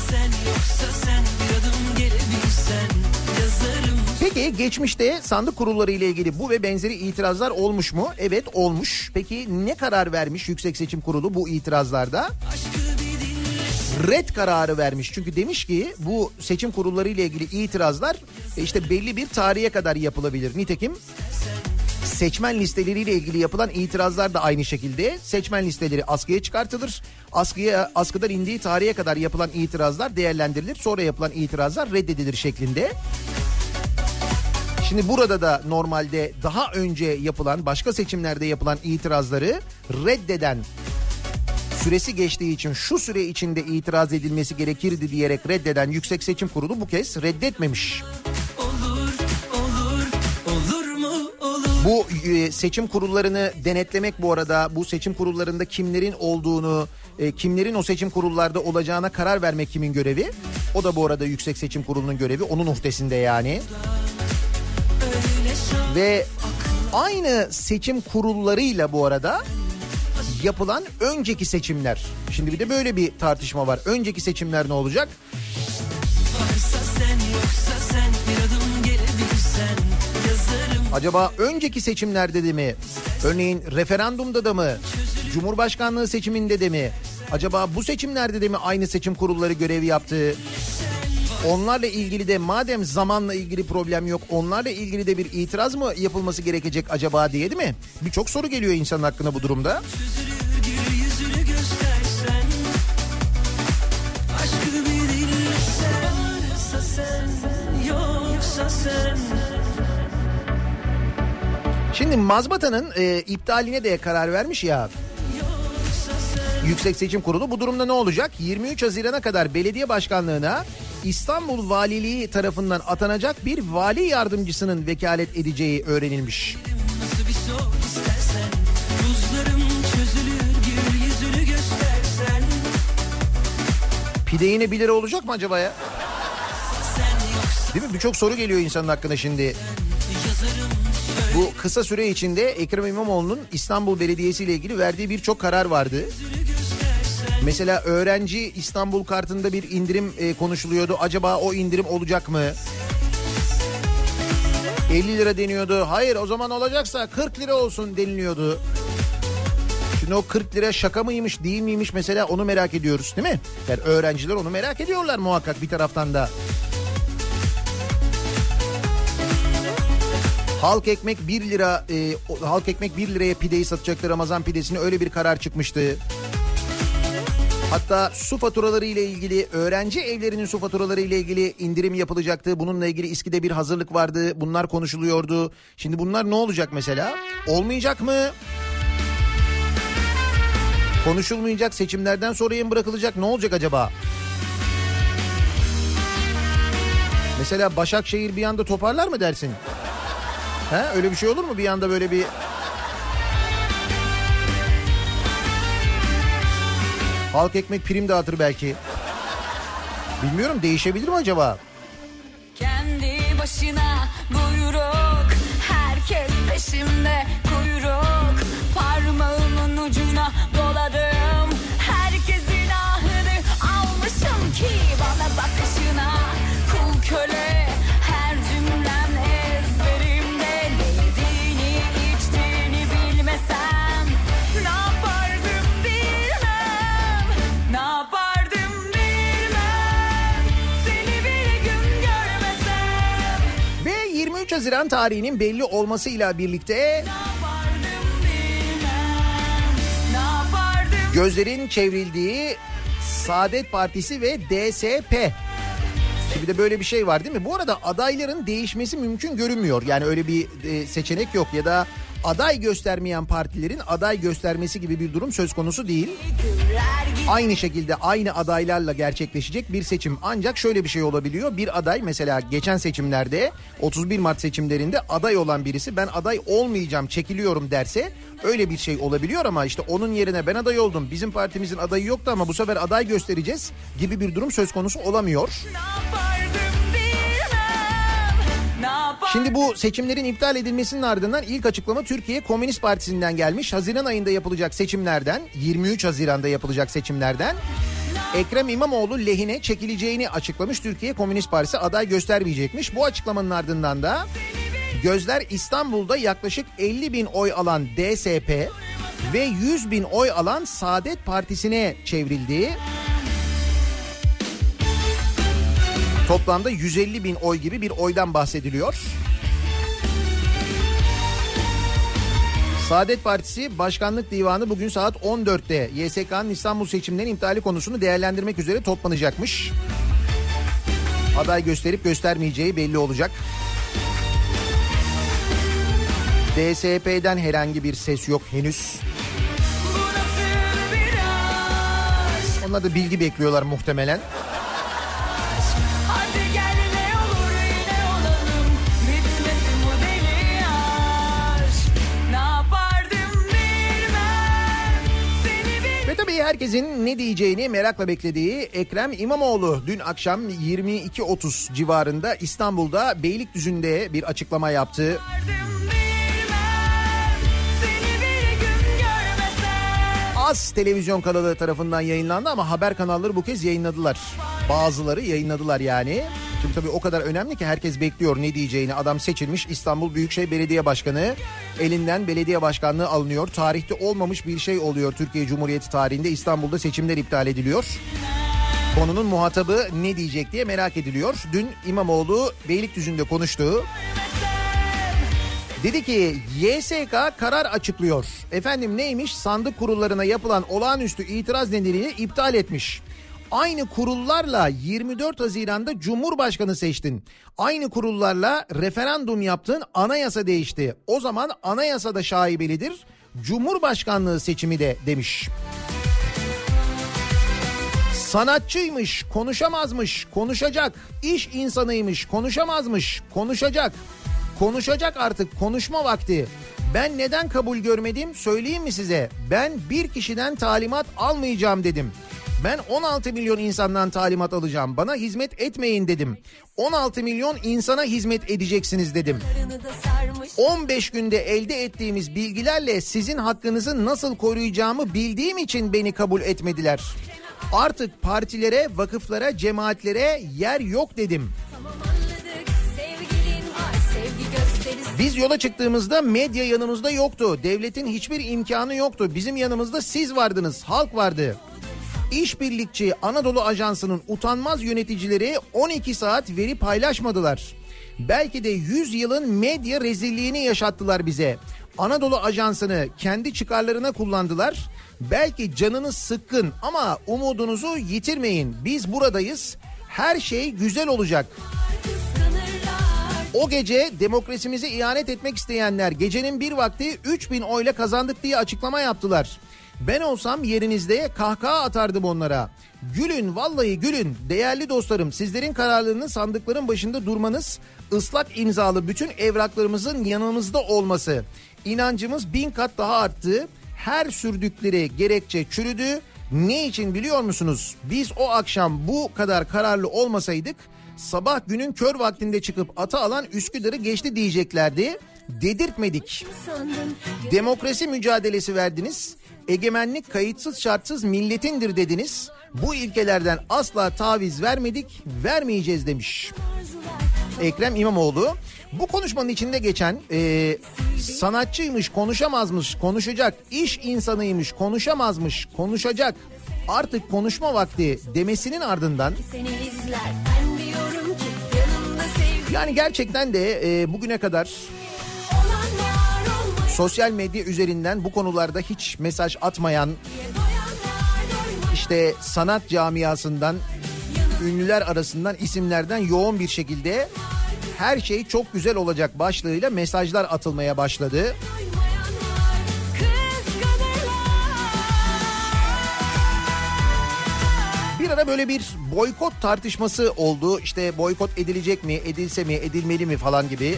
Peki geçmişte sandık kurulları ile ilgili bu ve benzeri itirazlar olmuş mu? Evet olmuş. Peki ne karar vermiş Yüksek Seçim Kurulu bu itirazlarda? Red kararı vermiş. Çünkü demiş ki bu seçim kurulları ile ilgili itirazlar işte belli bir tarihe kadar yapılabilir. Nitekim seçmen listeleriyle ilgili yapılan itirazlar da aynı şekilde. Seçmen listeleri askıya çıkartılır. Askıdan indiği tarihe kadar yapılan itirazlar değerlendirilir. Sonra yapılan itirazlar reddedilir şeklinde. Şimdi burada da normalde daha önce yapılan, başka seçimlerde yapılan itirazları reddeden, süresi geçtiği için şu süre içinde itiraz edilmesi gerekirdi diyerek reddeden Yüksek Seçim Kurulu bu kez reddetmemiş. Bu seçim kurullarını denetlemek bu arada, bu seçim kurullarında kimlerin olduğunu, kimlerin o seçim kurullarda olacağına karar vermek kimin görevi? O da bu arada Yüksek Seçim Kurulu'nun görevi, onun uhdesinde yani. Ve aynı seçim kurullarıyla bu arada yapılan önceki seçimler. Şimdi bir de böyle bir tartışma var. Önceki seçimler ne olacak? Acaba önceki seçimlerde de mi? Örneğin referandumda da mı? Cumhurbaşkanlığı seçiminde de mi? Acaba bu seçimlerde de mi aynı seçim kurulları görevi yaptı? Onlarla ilgili de madem zamanla ilgili problem yok, onlarla ilgili de bir itiraz mı yapılması gerekecek acaba diye, değil mi? Birçok soru geliyor insanın aklına bu durumda. Şimdi mazbatanın iptaline de karar vermiş ya Yüksek Seçim Kurulu. Bu durumda ne olacak? 23 Haziran'a kadar belediye başkanlığına İstanbul Valiliği tarafından atanacak bir vali yardımcısının vekalet edeceği öğrenilmiş. Pide yine 1 lira olacak mı acaba ya? Değil mi? Birçok soru geliyor insanın hakkında şimdi. Bu kısa süre içinde Ekrem İmamoğlu'nun İstanbul Belediyesi ile ilgili verdiği birçok karar vardı. Mesela öğrenci İstanbul kartında bir indirim konuşuluyordu. Acaba o indirim olacak mı? 50 lira deniyordu. Hayır, o zaman olacaksa 40 lira olsun deniliyordu. Şimdi o 40 lira şaka mıymış değil miymiş mesela, onu merak ediyoruz değil mi? Yani öğrenciler onu merak ediyorlar muhakkak bir taraftan da. Halk ekmek 1 lira, halk ekmek 1 liraya pideyi satacaktı, Ramazan pidesini, öyle bir karar çıkmıştı. Hatta su faturaları ile ilgili, öğrenci evlerinin su faturaları ile ilgili indirim yapılacaktı. Bununla ilgili İSKİ'de bir hazırlık vardı. Bunlar konuşuluyordu. Şimdi bunlar ne olacak mesela? Olmayacak mı? Konuşulmayacak, seçimlerden sonraya mı bırakılacak? Ne olacak acaba? Mesela Başakşehir bir anda toparlar mı dersin? He, öyle bir şey olur mu bir anda böyle bir... Halk ekmek prim dağıtır belki. Bilmiyorum, değişebilir mi acaba? Kendi başına buyruk, herkes peşimde kuyruk. Parmağımın ucuna doladım, herkesin ahını almışım ki bana bakışına kul köle. Her cümlem ezberimde, ne yediğini içtiğini bilmesem ne yapardım bilmem, ne yapardım bilmem, seni bir gün görmesem. Ve 23 Haziran tarihinin belli olmasıyla birlikte gözlerin çevrildiği Saadet Partisi ve DSP. Şimdi de böyle bir şey var değil mi? Bu arada adayların değişmesi mümkün görünmüyor. Yani öyle bir seçenek yok ya da aday göstermeyen partilerin aday göstermesi gibi bir durum söz konusu değil. Aynı şekilde aynı adaylarla gerçekleşecek bir seçim. Ancak şöyle bir şey olabiliyor. Bir aday mesela geçen seçimlerde 31 Mart seçimlerinde aday olan birisi ben aday olmayacağım, çekiliyorum derse öyle bir şey olabiliyor ama işte onun yerine ben aday oldum, bizim partimizin adayı yoktu ama bu sefer aday göstereceğiz gibi bir durum söz konusu olamıyor. Şimdi bu seçimlerin iptal edilmesinin ardından ilk açıklama Türkiye Komünist Partisi'nden gelmiş. Haziran ayında yapılacak seçimlerden, 23 Haziran'da yapılacak seçimlerden Ekrem İmamoğlu lehine çekileceğini açıklamış. Türkiye Komünist Partisi aday göstermeyecekmiş. Bu açıklamanın ardından da gözler İstanbul'da yaklaşık 50 bin oy alan DSP ve 100 bin oy alan Saadet Partisi'ne çevrildi. Toplamda 150 bin oy gibi bir oydan bahsediliyor. Saadet Partisi Başkanlık Divanı bugün saat 14'te YSK'nın İstanbul seçimlerinin iptali konusunu değerlendirmek üzere toplanacakmış. Aday gösterip göstermeyeceği belli olacak. DSP'den herhangi bir ses yok henüz. Onlar da bilgi bekliyorlar muhtemelen. Herkesin ne diyeceğini merakla beklediği Ekrem İmamoğlu dün akşam 22.30 civarında İstanbul'da Beylikdüzü'nde bir açıklama yaptı. Az televizyon kanalı tarafından yayınlandı ama haber kanalları bu kez yayınladılar. Bazıları yayınladılar yani. Şimdi tabii o kadar önemli ki herkes bekliyor ne diyeceğini. Adam seçilmiş, İstanbul Büyükşehir Belediye Başkanı, elinden belediye başkanlığı alınıyor. Tarihte olmamış bir şey oluyor Türkiye Cumhuriyeti tarihinde. İstanbul'da seçimler iptal ediliyor. Konunun muhatabı ne diyecek diye merak ediliyor. Dün İmamoğlu Beylikdüzü'nde konuştu. Dedi ki YSK karar açıklıyor. Efendim neymiş? Sandık kurullarına yapılan olağanüstü itiraz nedeniyle iptal etmiş. Aynı kurullarla 24 Haziran'da Cumhurbaşkanı seçtin. Aynı kurullarla referandum yaptın, anayasa değişti. O zaman anayasa da şaibelidir. Cumhurbaşkanlığı seçimi de demiş. Sanatçıymış, konuşamazmış, konuşacak. İş insanıymış, konuşamazmış, konuşacak. Konuşacak artık, konuşma vakti. Ben neden kabul görmedim söyleyeyim mi size? Ben bir kişiden talimat almayacağım dedim. Ben 16 milyon insandan talimat alacağım. Bana hizmet etmeyin dedim. 16 milyon insana hizmet edeceksiniz dedim. 15 günde elde ettiğimiz bilgilerle sizin hakkınızı nasıl koruyacağımı bildiğim için beni kabul etmediler. Artık partilere, vakıflara, cemaatlere yer yok dedim. Biz yola çıktığımızda medya yanımızda yoktu. Devletin hiçbir imkanı yoktu. Bizim yanımızda siz vardınız, halk vardı. İşbirlikçi Anadolu Ajansı'nın utanmaz yöneticileri 12 saat veri paylaşmadılar. Belki de 100 yılın medya rezilliğini yaşattılar bize. Anadolu Ajansı'nı kendi çıkarlarına kullandılar. Belki canınız sıkkın ama umudunuzu yitirmeyin. Biz buradayız. Her şey güzel olacak. O gece demokrasimize ihanet etmek isteyenler gecenin bir vakti 3000 oyla kazandık diye açıklama yaptılar. Ben olsam yerinizde kahkaha atardım onlara. Gülün, vallahi gülün. Değerli dostlarım, sizlerin kararlarını sandıkların başında durmanız, ıslak imzalı bütün evraklarımızın yanımızda olması. İnancımız 1000 kat daha arttı. Her sürdükleri gerekçe çürüdü. Ne için biliyor musunuz? Biz o akşam bu kadar kararlı olmasaydık sabah günün kör vaktinde çıkıp ata alan Üsküdar'ı geçti diyeceklerdi. Dedirtmedik. Demokrasi mücadelesi verdiniz. Egemenlik kayıtsız şartsız milletindir dediniz. Bu ilkelerden asla taviz vermedik, vermeyeceğiz demiş Ekrem İmamoğlu. Bu konuşmanın içinde geçen sanatçıymış, konuşamazmış, konuşacak, iş insanıymış, konuşamazmış, konuşacak, artık konuşma vakti demesinin ardından yani gerçekten de bugüne kadar sosyal medya üzerinden bu konularda hiç mesaj atmayan, işte sanat camiasından, ünlüler arasından, isimlerden yoğun bir şekilde her şey çok güzel olacak başlığıyla mesajlar atılmaya başladı. ara böyle bir boykot tartışması oldu. İşte boykot edilecek mi, edilse mi, edilmeli mi falan gibi.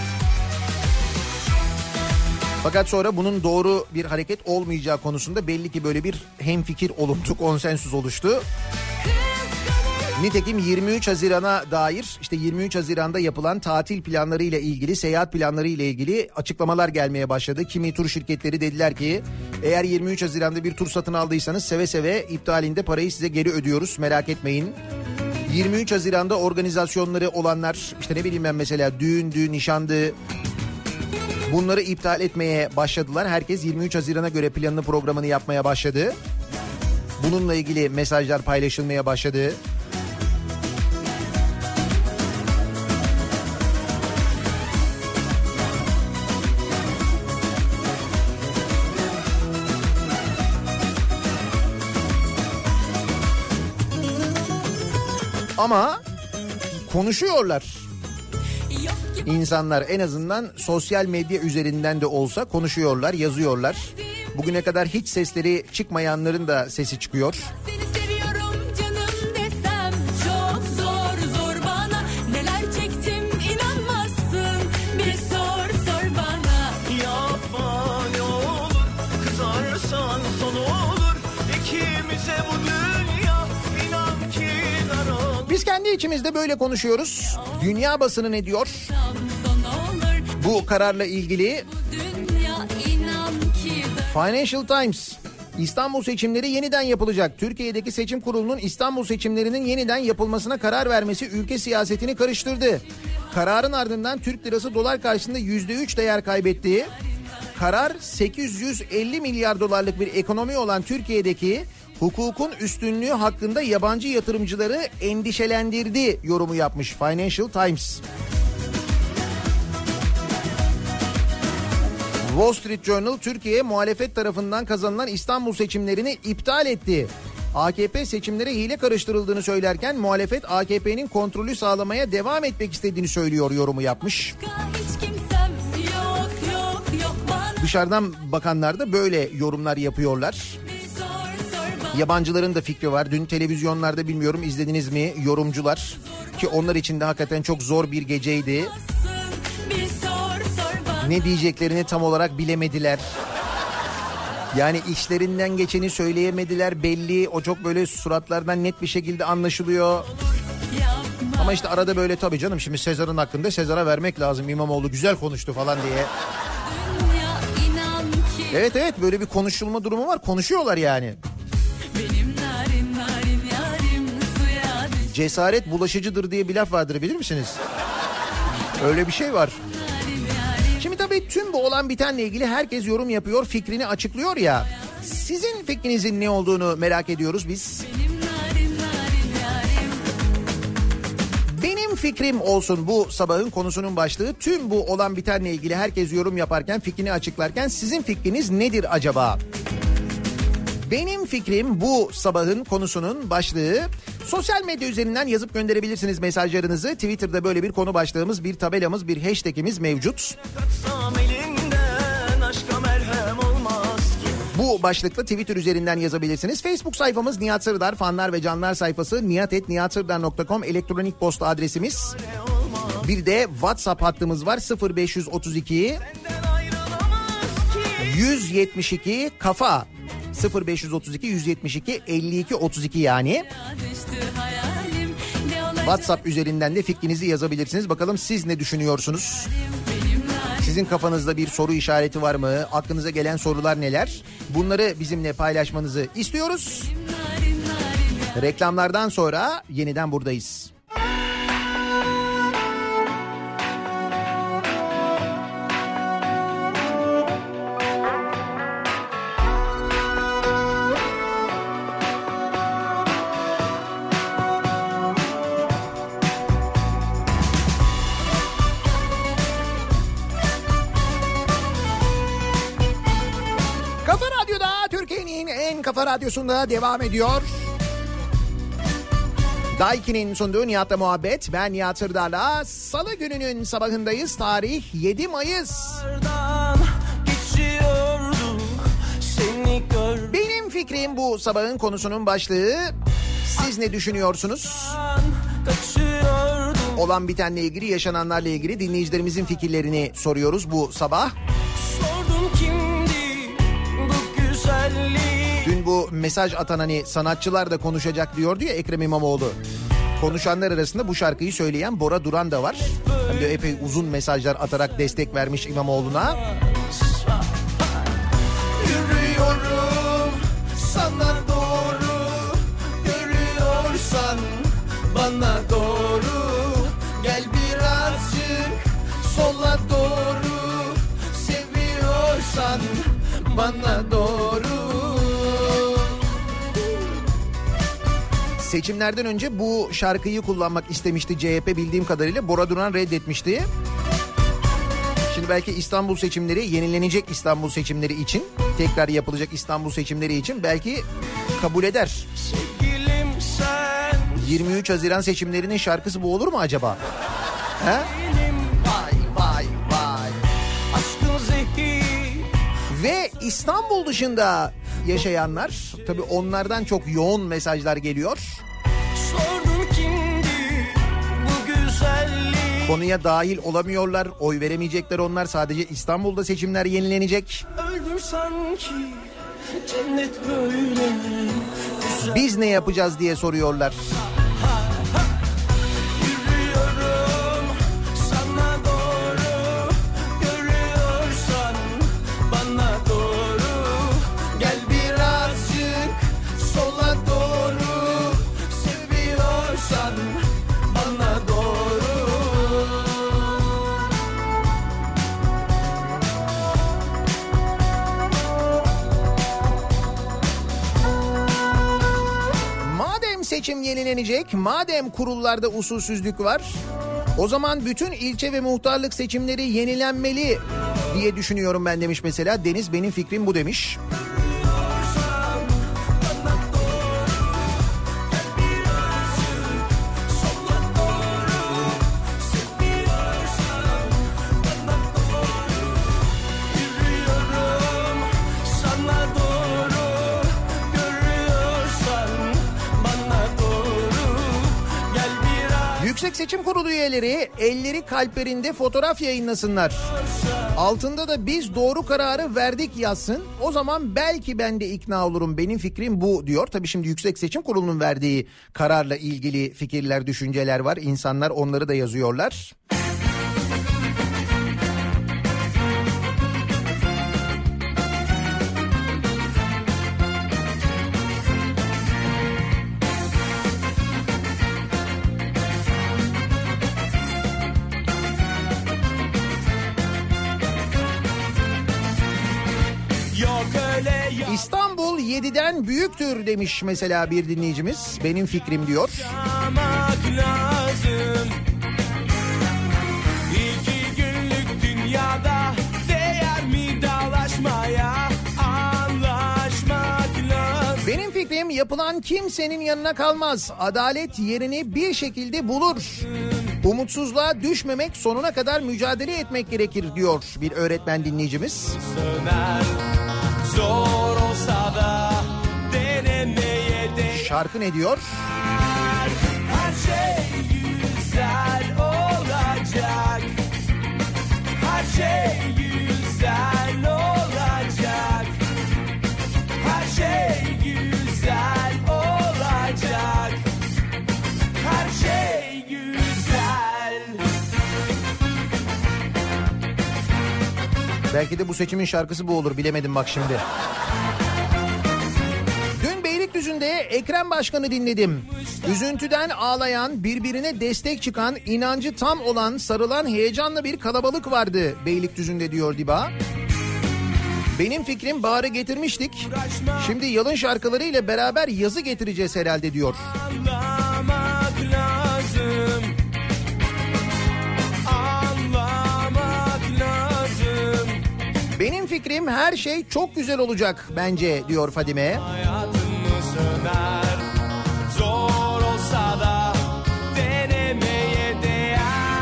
Fakat sonra bunun doğru bir hareket olmayacağı konusunda belli ki böyle bir hemfikir oluntu, konsensüs oluştu. Nitekim 23 Haziran'a dair işte 23 Haziran'da yapılan tatil planları ile ilgili, seyahat planları ile ilgili açıklamalar gelmeye başladı. Kimi tur şirketleri dediler ki eğer 23 Haziran'da bir tur satın aldıysanız seve seve iptalinde parayı size geri ödüyoruz, merak etmeyin. 23 Haziran'da organizasyonları olanlar, işte ne bileyim ben mesela düğündü, nişandı, bunları iptal etmeye başladılar. Herkes 23 Haziran'a göre planını, programını yapmaya başladı. Bununla ilgili mesajlar paylaşılmaya başladı. Ama konuşuyorlar. İnsanlar en azından sosyal medya üzerinden de olsa konuşuyorlar, yazıyorlar. Bugüne kadar hiç sesleri çıkmayanların da sesi çıkıyor. Seni seviyorum canım desem çok zor bana. Neler çektim inanmazsın, bir sor bana. Yapma ne olur, kızarsan son olur. İkimize bu dünya inan ki dar olur. Biz kendi içimizde böyle konuşuyoruz. Dünya basını ne diyor? Bu kararla ilgili Financial Times, İstanbul seçimleri yeniden yapılacak. Türkiye'deki seçim kurulunun İstanbul seçimlerinin yeniden yapılmasına karar vermesi ülke siyasetini karıştırdı. Kararın ardından Türk lirası dolar karşısında %3 değer kaybettiği, karar 850 milyar dolarlık bir ekonomi olan Türkiye'deki hukukun üstünlüğü hakkında yabancı yatırımcıları endişelendirdi yorumu yapmış Financial Times. Wall Street Journal, Türkiye muhalefet tarafından kazanılan İstanbul seçimlerini iptal etti. AKP seçimlere hile karıştırıldığını söylerken muhalefet AKP'nin kontrolü sağlamaya devam etmek istediğini söylüyor yorumu yapmış. Dışarıdan bakanlar da böyle yorumlar yapıyorlar. Yabancıların da fikri var. Dün televizyonlarda, bilmiyorum izlediniz mi, yorumcular, ki onlar için de hakikaten çok zor bir geceydi. Ne diyeceklerini tam olarak bilemediler. Yani içlerinden geçeni söyleyemediler belli. O çok böyle suratlardan net bir şekilde anlaşılıyor. Ama işte arada böyle tabii canım şimdi Sezar'ın hakkında Sezar'a vermek lazım. İmamoğlu güzel konuştu falan diye. Evet böyle bir konuşulma durumu var. Konuşuyorlar yani. Cesaret bulaşıcıdır diye bir laf vardır, bilir misiniz? Öyle bir şey var. Şimdi tabii tüm bu olan bitenle ilgili herkes yorum yapıyor, fikrini açıklıyor ya. Sizin fikrinizin ne olduğunu merak ediyoruz biz. Benim fikrim olsun bu sabahın konusunun başlığı. Tüm bu olan bitenle ilgili herkes yorum yaparken, fikrini açıklarken sizin fikriniz nedir acaba? Benim fikrim bu sabahın konusunun başlığı. Sosyal medya üzerinden yazıp gönderebilirsiniz mesajlarınızı. Twitter'da böyle bir konu başlığımız, bir tabelamız, bir hashtagimiz mevcut. Bu başlıkla Twitter üzerinden yazabilirsiniz. Facebook sayfamız Nihat Sırdar, fanlar ve canlar sayfası nihat@nihatsırdar.com elektronik posta adresimiz. Bir de WhatsApp hattımız var, 0532 172 kafa. 0532 172 52 32 yani. WhatsApp üzerinden de fikrinizi yazabilirsiniz. Bakalım siz ne düşünüyorsunuz? Sizin kafanızda bir soru işareti var mı? Aklınıza gelen sorular neler? Bunları bizimle paylaşmanızı istiyoruz. Reklamlardan sonra yeniden buradayız. Kafa Radyosu'nda devam ediyor. Daiki'nin sunduğu Nihat'la muhabbet. Ben Nihat Sırdar'la Salı gününün sabahındayız. Tarih 7 Mayıs. Benim fikrim bu sabahın konusunun başlığı. Siz ne düşünüyorsunuz? Kaçıyordum. Olan bitenle ilgili, yaşananlarla ilgili dinleyicilerimizin fikirlerini soruyoruz bu sabah. Sordum kimdi bu güzellik. Dün bu mesaj atan hani sanatçılar da konuşacak diyordu ya Ekrem İmamoğlu. Konuşanlar arasında bu şarkıyı söyleyen Bora Duran da var. Hem de epey uzun mesajlar atarak destek vermiş İmamoğlu'na. Yürüyorum sana doğru, görüyorsan bana doğru. Gel birazcık sola doğru, seviyorsan bana doğru. Seçimlerden önce bu şarkıyı kullanmak istemişti CHP bildiğim kadarıyla. Bora Duran reddetmişti. Şimdi belki İstanbul seçimleri, yenilenecek İstanbul seçimleri için, tekrar yapılacak İstanbul seçimleri için belki kabul eder. Sevgilim sen 23 Haziran seçimlerinin şarkısı bu olur mu acaba? He? benim, vay vay vay. Aşkın zehir. Ve İstanbul dışında yaşayanlar, tabii onlardan çok yoğun mesajlar geliyor. Sordum kimdi bu güzellik. Konuya dahil olamıyorlar, oy veremeyecekler onlar. Sadece İstanbul'da seçimler yenilenecek. Öldüm sanki cennet böyle güzel. Biz ne yapacağız diye soruyorlar. Yürüyorum sana doğru, görüyorsan bana doğru. Gel birazcık sola doğru, seviyorsan bana doğru. Madem seçim yenilenecek, madem kurullarda usulsüzlük var, o zaman bütün ilçe ve muhtarlık seçimleri yenilenmeli diye düşünüyorum ben demiş mesela. Deniz benim fikrim bu demiş. Yürüyorum sana doğru, görüyorsan bana doğru. Gel biraz Yüksek Seçim Kurulu üyeleri elleri kalplerinde fotoğraf yayınlasınlar. Altında da biz doğru kararı verdik yazsın. O zaman belki ben de ikna olurum. Benim fikrim bu diyor. Tabii şimdi Yüksek Seçim Kurulu'nun verdiği kararla ilgili fikirler, düşünceler var. İnsanlar onları da yazıyorlar. yok öyle İstanbul 7'den büyüktür demiş mesela bir dinleyicimiz. Benim fikrim diyor. yaşamak lazım. İki günlük dünyada değer mi dalaşmaya, anlaşmak lazım. Benim fikrim yapılan kimsenin yanına kalmaz. Adalet yerini bir şekilde bulur. Umutsuzluğa düşmemek, sonuna kadar mücadele etmek gerekir diyor bir öğretmen dinleyicimiz. Söner, zor olsa da denemeye değer. Şarkı ne diyor? Her şey güzel olacak. Her şey güzel olacak. Her şey güzel olacak. Her şey güzel. Belki de bu seçimin şarkısı bu olur, bilemedim bak şimdi. Dün Beylikdüzü'nde Ekrem Başkan'ı dinledim. Üzüntüden ağlayan, birbirine destek çıkan, inancı tam olan, sarılan heyecanlı bir kalabalık vardı Beylikdüzü'nde diyor Diba. Benim fikrim baharı getirmiştik. Şimdi yalın şarkılarıyla beraber yazı getireceğiz herhalde diyor. Anlamak lazım. Anlamak lazım. Benim fikrim her şey çok güzel olacak bence diyor Fadime. Hayatını söner. Zor olsa da denemeye değer.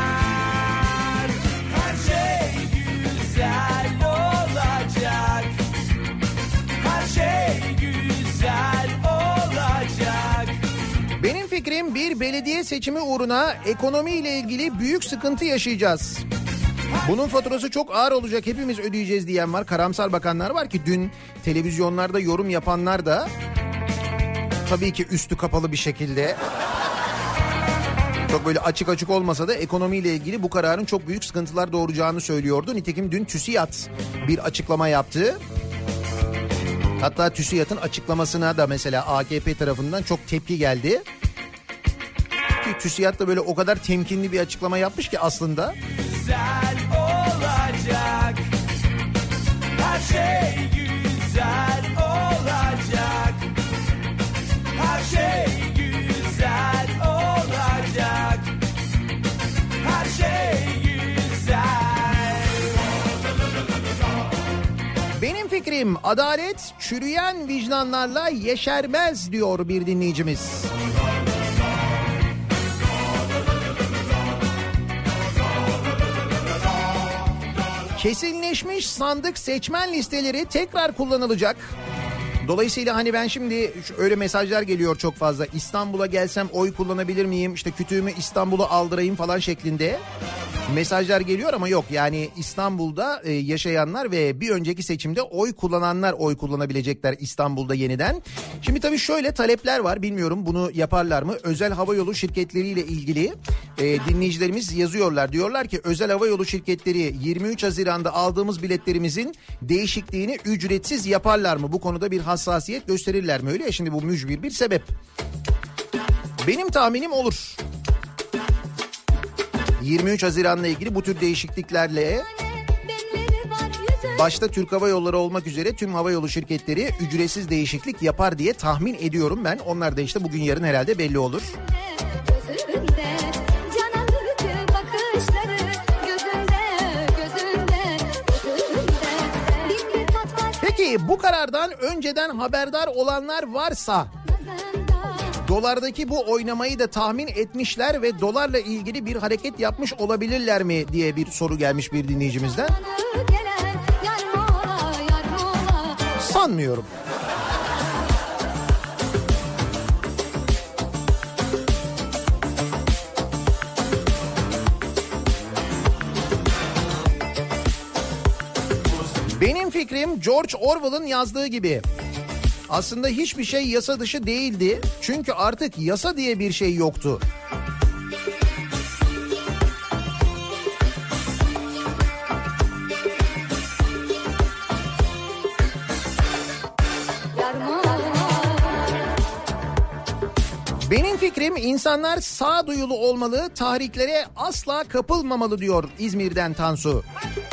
Her şey güzel olacak. Her şey güzel olacak. fikrim bir belediye seçimi uğruna ekonomiyle ilgili büyük sıkıntı yaşayacağız. Bunun faturası çok ağır olacak, hepimiz ödeyeceğiz diyen var. Karamsar bakanlar var ki dün televizyonlarda yorum yapanlar da tabii ki üstü kapalı bir şekilde, çok böyle açık açık olmasa da ekonomiyle ilgili bu kararın çok büyük sıkıntılar doğuracağını söylüyordu. Nitekim dün TÜSİAD bir açıklama yaptı. Hatta TÜSİAD'ın açıklamasına da mesela AKP tarafından çok tepki geldi. Ki TÜSİAD da böyle o kadar temkinli bir açıklama yapmış ki aslında. Güzel olacak. Her şey güzel olacak. Her şey güzel olacak. Her şey güzel. Benim fikrim adalet çürüyen vicdanlarla yeşermez diyor bir dinleyicimiz. Kesinleşmiş sandık seçmen listeleri tekrar kullanılacak. Dolayısıyla hani ben şimdi öyle mesajlar geliyor çok fazla. İstanbul'a gelsem oy kullanabilir miyim? İşte kütüğümü İstanbul'a aldırayım falan şeklinde mesajlar geliyor ama yok. Yani İstanbul'da yaşayanlar ve bir önceki seçimde oy kullananlar oy kullanabilecekler İstanbul'da yeniden. Şimdi tabii şöyle talepler var, bilmiyorum bunu yaparlar mı? Özel havayolu şirketleriyle ilgili dinleyicilerimiz yazıyorlar. Diyorlar ki özel havayolu şirketleri 23 Haziran'da aldığımız biletlerimizin değişikliğini ücretsiz yaparlar mı? Bu konuda bir hassasiyet gösterirler mi? Öyle ya, şimdi bu mücbir bir sebep. Benim tahminim olur. 23 Haziran'la ilgili bu tür değişikliklerle başta Türk Hava Yolları olmak üzere tüm havayolu şirketleri ücretsiz değişiklik yapar diye tahmin ediyorum ben. Onlar da işte bugün yarın herhalde belli olur. Peki bu karardan önceden haberdar olanlar varsa dolardaki bu oynamayı da tahmin etmişler ve dolarla ilgili bir hareket yapmış olabilirler mi diye bir soru gelmiş bir dinleyicimizden. Sanmıyorum. Benim fikrim George Orwell'ın yazdığı gibi. Aslında hiçbir şey yasa dışı değildi. Çünkü artık yasa diye bir şey yoktu. Benim fikrim insanlar sağduyulu olmalı, tahriklere asla kapılmamalı diyor İzmir'den Tansu.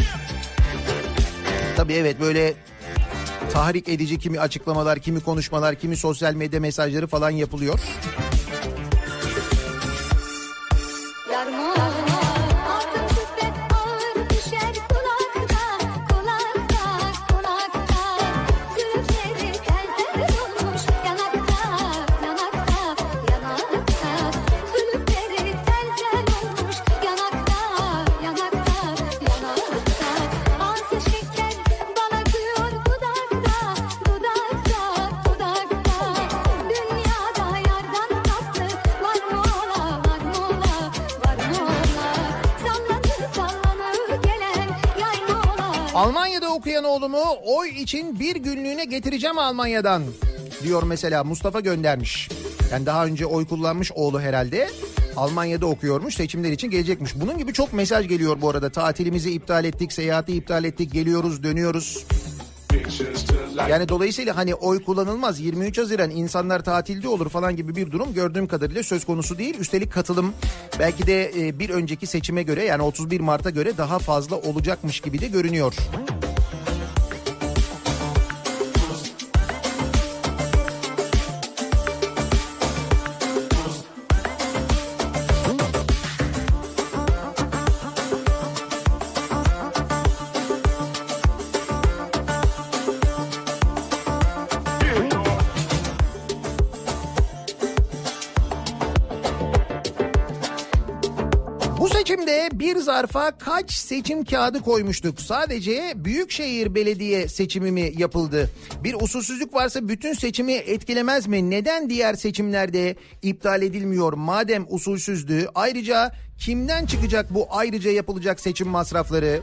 Tabii evet, böyle tahrik edici kimi açıklamalar, kimi konuşmalar, kimi sosyal medya mesajları falan yapılıyor. Almanya'da okuyan oğlumu oy için bir günlüğüne getireceğim Almanya'dan diyor mesela, Mustafa göndermiş. Yani daha önce oy kullanmış oğlu herhalde. Almanya'da okuyormuş, seçimler için gelecekmiş. Bunun gibi çok mesaj geliyor bu arada. Tatilimizi iptal ettik, seyahati iptal ettik, geliyoruz, dönüyoruz. Yani dolayısıyla hani oy kullanılmaz, 23 Haziran insanlar tatilde olur falan gibi bir durum gördüğüm kadarıyla söz konusu değil. Üstelik katılım belki de bir önceki seçime göre, yani 31 Mart'a göre daha fazla olacakmış gibi de görünüyor. Bu seçimde bir zarfa kaç seçim kağıdı koymuştuk? Sadece Büyükşehir Belediye seçimi mi yapıldı? Bir usulsüzlük varsa bütün seçimi etkilemez mi? Neden diğer seçimlerde iptal edilmiyor madem usulsüzdü? Ayrıca kimden çıkacak bu ayrıca yapılacak seçim masrafları?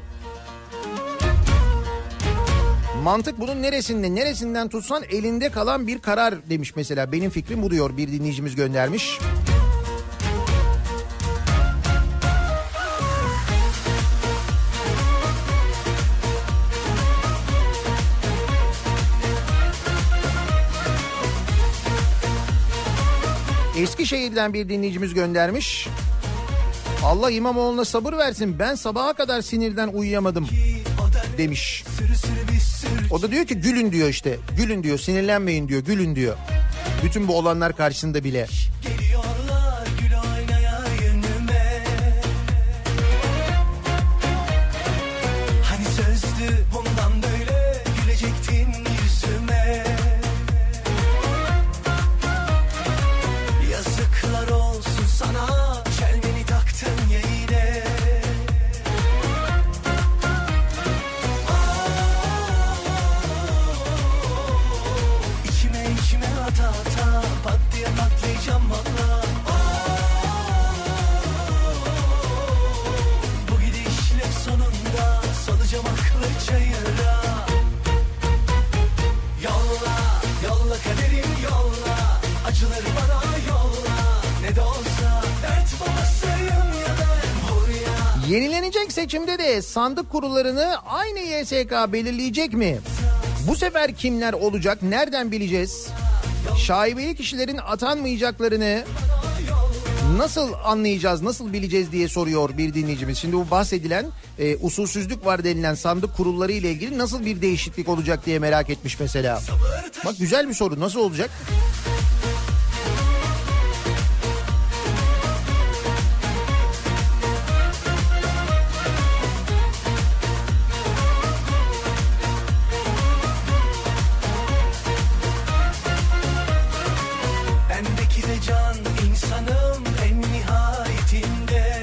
Mantık bunun neresinden tutsan elinde kalan bir karar demiş mesela. Benim fikrim bu diyor bir dinleyicimiz göndermiş. Eskişehir'den bir dinleyicimiz göndermiş. Allah İmamoğlu'na sabır versin, ben sabaha kadar sinirden uyuyamadım demiş. O da diyor ki gülün diyor işte. Gülün diyor, sinirlenmeyin diyor, gülün diyor. Bütün bu olanlar karşısında bile. Geliyorlar gül oynaya yönüme. Hani sözdü bundan böyle gülecektin yüzüme. Yazıklar olsun sana, çelmeni taktın ya yine. İçime ata ata pat diye patlayacağım valla. Bu gidişle sonunda salacağım aklı çayıra. Yolla, yolla kaderim yolla, acıları bana yolla. Ne de olsa dert babasıyım ya ben buraya. Yenilenecek seçimde de sandık kurullarını aynı YSK belirleyecek mi? Bu sefer kimler olacak? Nereden bileceğiz? Şaibeli kişilerin atanmayacaklarını nasıl anlayacağız, nasıl bileceğiz diye soruyor bir dinleyicimiz. Şimdi bu bahsedilen usulsüzlük var denilen sandık kurulları ile ilgili nasıl bir değişiklik olacak diye merak etmiş mesela. Bak güzel bir soru, nasıl olacak? Bendeki de can insanım en nihayetinde.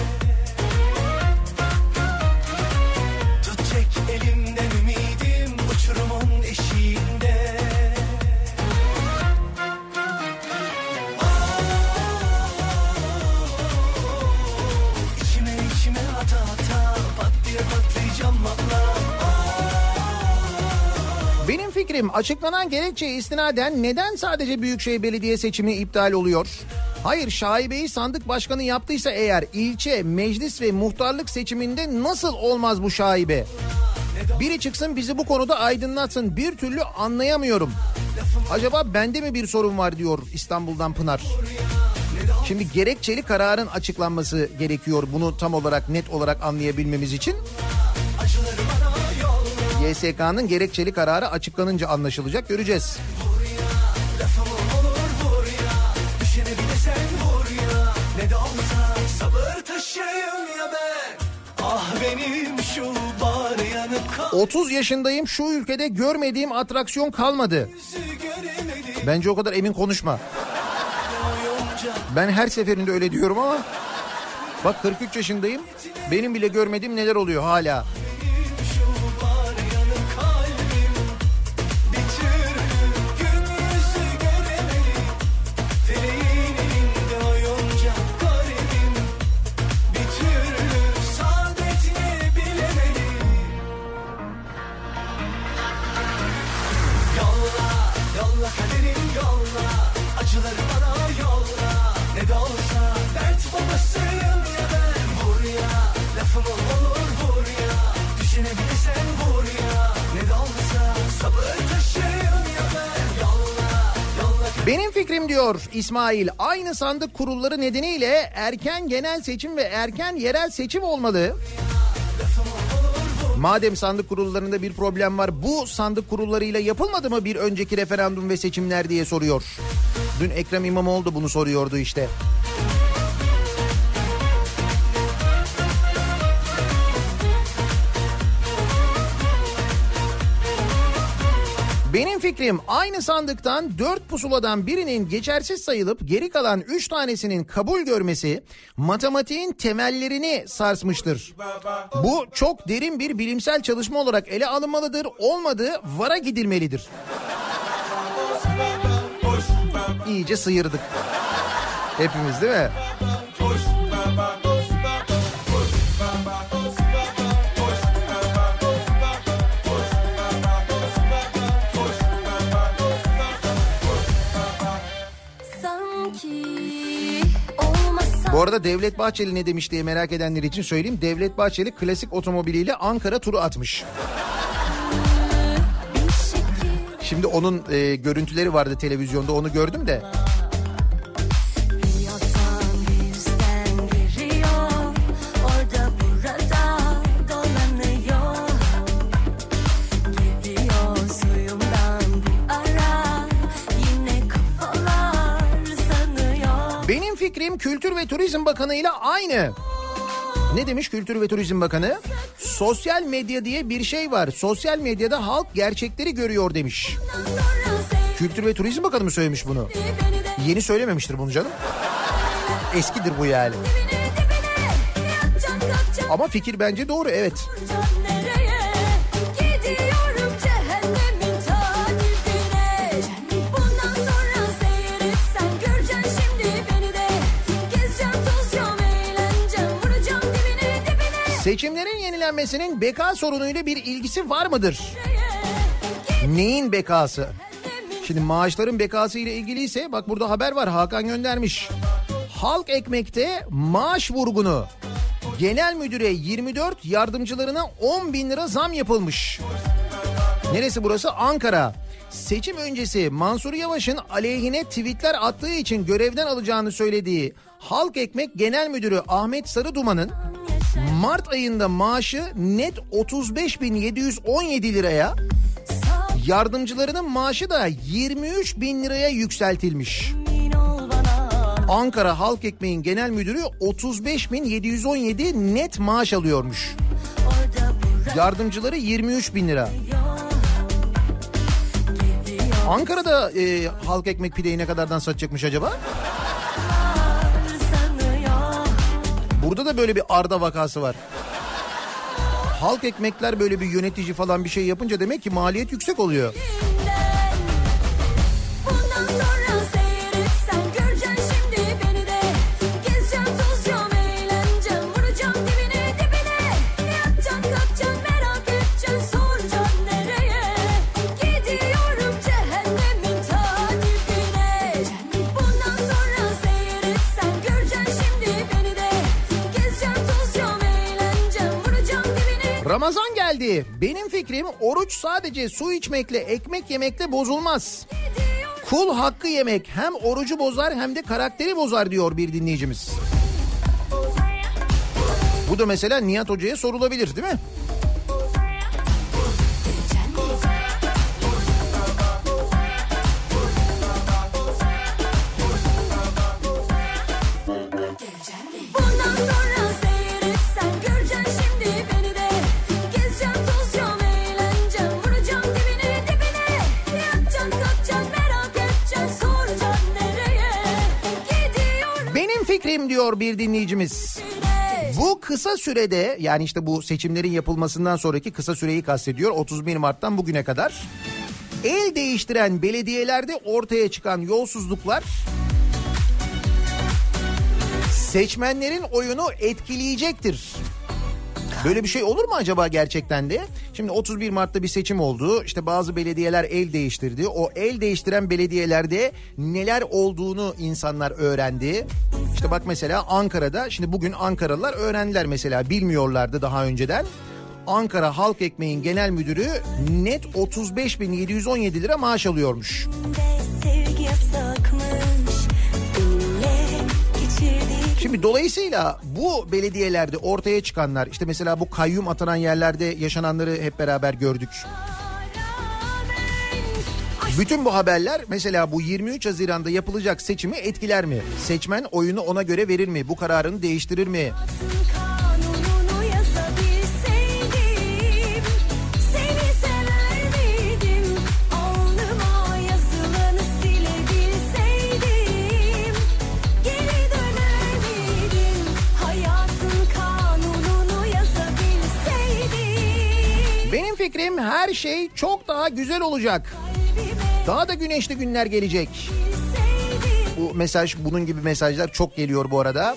Tut çek elimden ümidim uçurumun eşiğinde. İçime ata ata pat diye patlayacağım valla. Benim fikrim açıklanan gerekçeye istinaden neden sadece Büyükşehir Belediye seçimi iptal oluyor? Hayır, şaibeyi sandık başkanı yaptıysa eğer ilçe, meclis ve muhtarlık seçiminde nasıl olmaz bu şaibe? Biri çıksın bizi bu konuda aydınlatsın, bir türlü anlayamıyorum. Acaba bende mi bir sorun var diyor İstanbul'dan Pınar. Şimdi gerekçeli kararın açıklanması gerekiyor bunu tam olarak net olarak anlayabilmemiz için. YSK'nın gerekçeli kararı açıklanınca anlaşılacak, göreceğiz. Ne de olsa sabır taşıyım ya ben. Ah benim şu bağrı yanıp kal. 30 yaşındayım, şu ülkede görmediğim atraksiyon kalmadı. Bence o kadar emin konuşma. Ben her seferinde öyle diyorum ama bak 43 yaşındayım, benim bile görmediğim neler oluyor hala. Benim fikrim diyor İsmail, aynı sandık kurulları nedeniyle erken genel seçim ve erken yerel seçim olmalı. Madem sandık kurullarında bir problem var, bu sandık kurullarıyla yapılmadı mı bir önceki referandum ve seçimler diye soruyor. Dün Ekrem İmamoğlu da bunu soruyordu işte. Benim fikrim aynı sandıktan 4 pusuladan birinin geçersiz sayılıp geri kalan 3 tanesinin kabul görmesi matematiğin temellerini sarsmıştır. Bu çok derin bir bilimsel çalışma olarak ele alınmalıdır. Olmadı VAR'a gidilmelidir. İyice sıyırdık. Hepimiz değil mi? Bu arada Devlet Bahçeli ne demiş diye merak edenler için söyleyeyim. Devlet Bahçeli klasik otomobiliyle Ankara turu atmış. Şimdi onun görüntüleri vardı televizyonda, onu gördüm de. Benim fikrim Kültür ve Turizm Bakanı ile aynı. Ne demiş Kültür ve Turizm Bakanı? Sosyal medya diye bir şey var. Sosyal medyada halk gerçekleri görüyor demiş. Kültür ve Turizm Bakanı mı söylemiş bunu? Yeni söylememiştir bunu canım. Eskidir bu yani. Ama fikir bence doğru, evet. Seçimlerin yenilenmesinin beka sorunuyla bir ilgisi var mıdır? Neyin bekası? Şimdi maaşların bekası ile ilgiliyse bak burada haber var, Hakan göndermiş. Halk Ekmek'te maaş vurgunu. Genel müdüre 24, yardımcılarına 10 bin lira zam yapılmış. Neresi burası? Ankara. Seçim öncesi Mansur Yavaş'ın aleyhine tweetler attığı için görevden alacağını söylediği Halk Ekmek Genel Müdürü Ahmet Sarıduman'ın Mart ayında maaşı net 35.717 liraya, yardımcılarının maaşı da 23.000 liraya yükseltilmiş. Ankara Halk Ekmeğin Genel Müdürü 35.717 net maaş alıyormuş. Yardımcıları 23.000 lira. Ankara'da Halk Ekmek pideyi ne kadardan satacakmış acaba? Burada da böyle bir Arda vakası var. Halk Ekmekler böyle bir yönetici falan bir şey yapınca demek ki maliyet yüksek oluyor. Ramazan geldi. Benim fikrim oruç sadece su içmekle, ekmek yemekle bozulmaz. Kul hakkı yemek hem orucu bozar hem de karakteri bozar diyor bir dinleyicimiz. Bu da mesela Nihat Hoca'ya sorulabilir değil mi? Diyor bir dinleyicimiz. Bu kısa sürede, yani işte bu seçimlerin yapılmasından sonraki kısa süreyi kastediyor, 31 Mart'tan bugüne kadar el değiştiren belediyelerde ortaya çıkan yolsuzluklar seçmenlerin oyunu etkileyecektir. Böyle bir şey olur mu acaba gerçekten de? Şimdi 31 Mart'ta bir seçim oldu. İşte bazı belediyeler el değiştirdi. O el değiştiren belediyelerde neler olduğunu insanlar öğrendi. İşte bak mesela Ankara'da, şimdi bugün Ankaralılar öğrendiler mesela, bilmiyorlardı daha önceden. Ankara Halk Ekmeğin Genel Müdürü net 35.717 lira maaş alıyormuş. Şimdi dolayısıyla bu belediyelerde ortaya çıkanlar, işte mesela bu kayyum atanan yerlerde yaşananları hep beraber gördük. Bütün bu haberler mesela bu 23 Haziran'da yapılacak seçimi etkiler mi? Seçmen oyunu ona göre verir mi? Bu kararını değiştirir mi? Benim fikrim her şey çok daha güzel olacak. Daha da güneşli günler gelecek. Bu mesaj, bunun gibi mesajlar çok geliyor bu arada.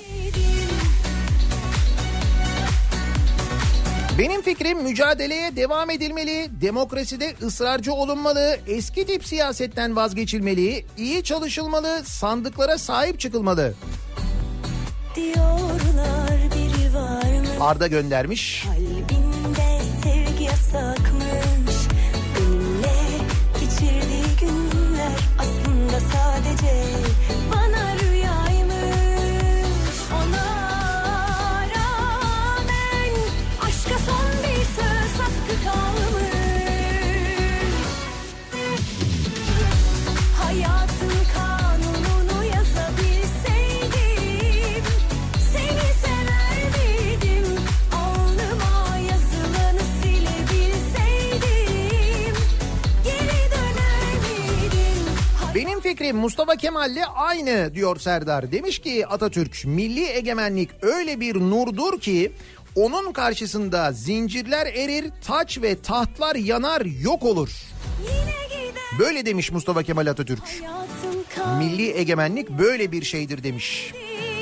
Benim fikrim mücadeleye devam edilmeli, demokraside ısrarcı olunmalı, eski tip siyasetten vazgeçilmeli, iyi çalışılmalı, sandıklara sahip çıkılmalı. Diyorlar biri varmış, Arda göndermiş. kalbinde sevgi yasakmış. Benimle geçirdiği günler aslında sadece bana rüyaymış. Ona rağmen aşka son bir söz hakkı kalmış. Hayatın kanununu yazabilseydim, seni sever miydim? Alnıma yazılanı silebilseydim, geri döner miydim? Benim fikrim Mustafa Kemal'le aynı diyor Serdar. Demiş ki Atatürk, milli egemenlik öyle bir nurdur ki onun karşısında zincirler erir, taç ve tahtlar yanar, yok olur. Yine gider Böyle demiş Mustafa Kemal Atatürk. hayatın kanunu. Milli egemenlik böyle bir şeydir demiş.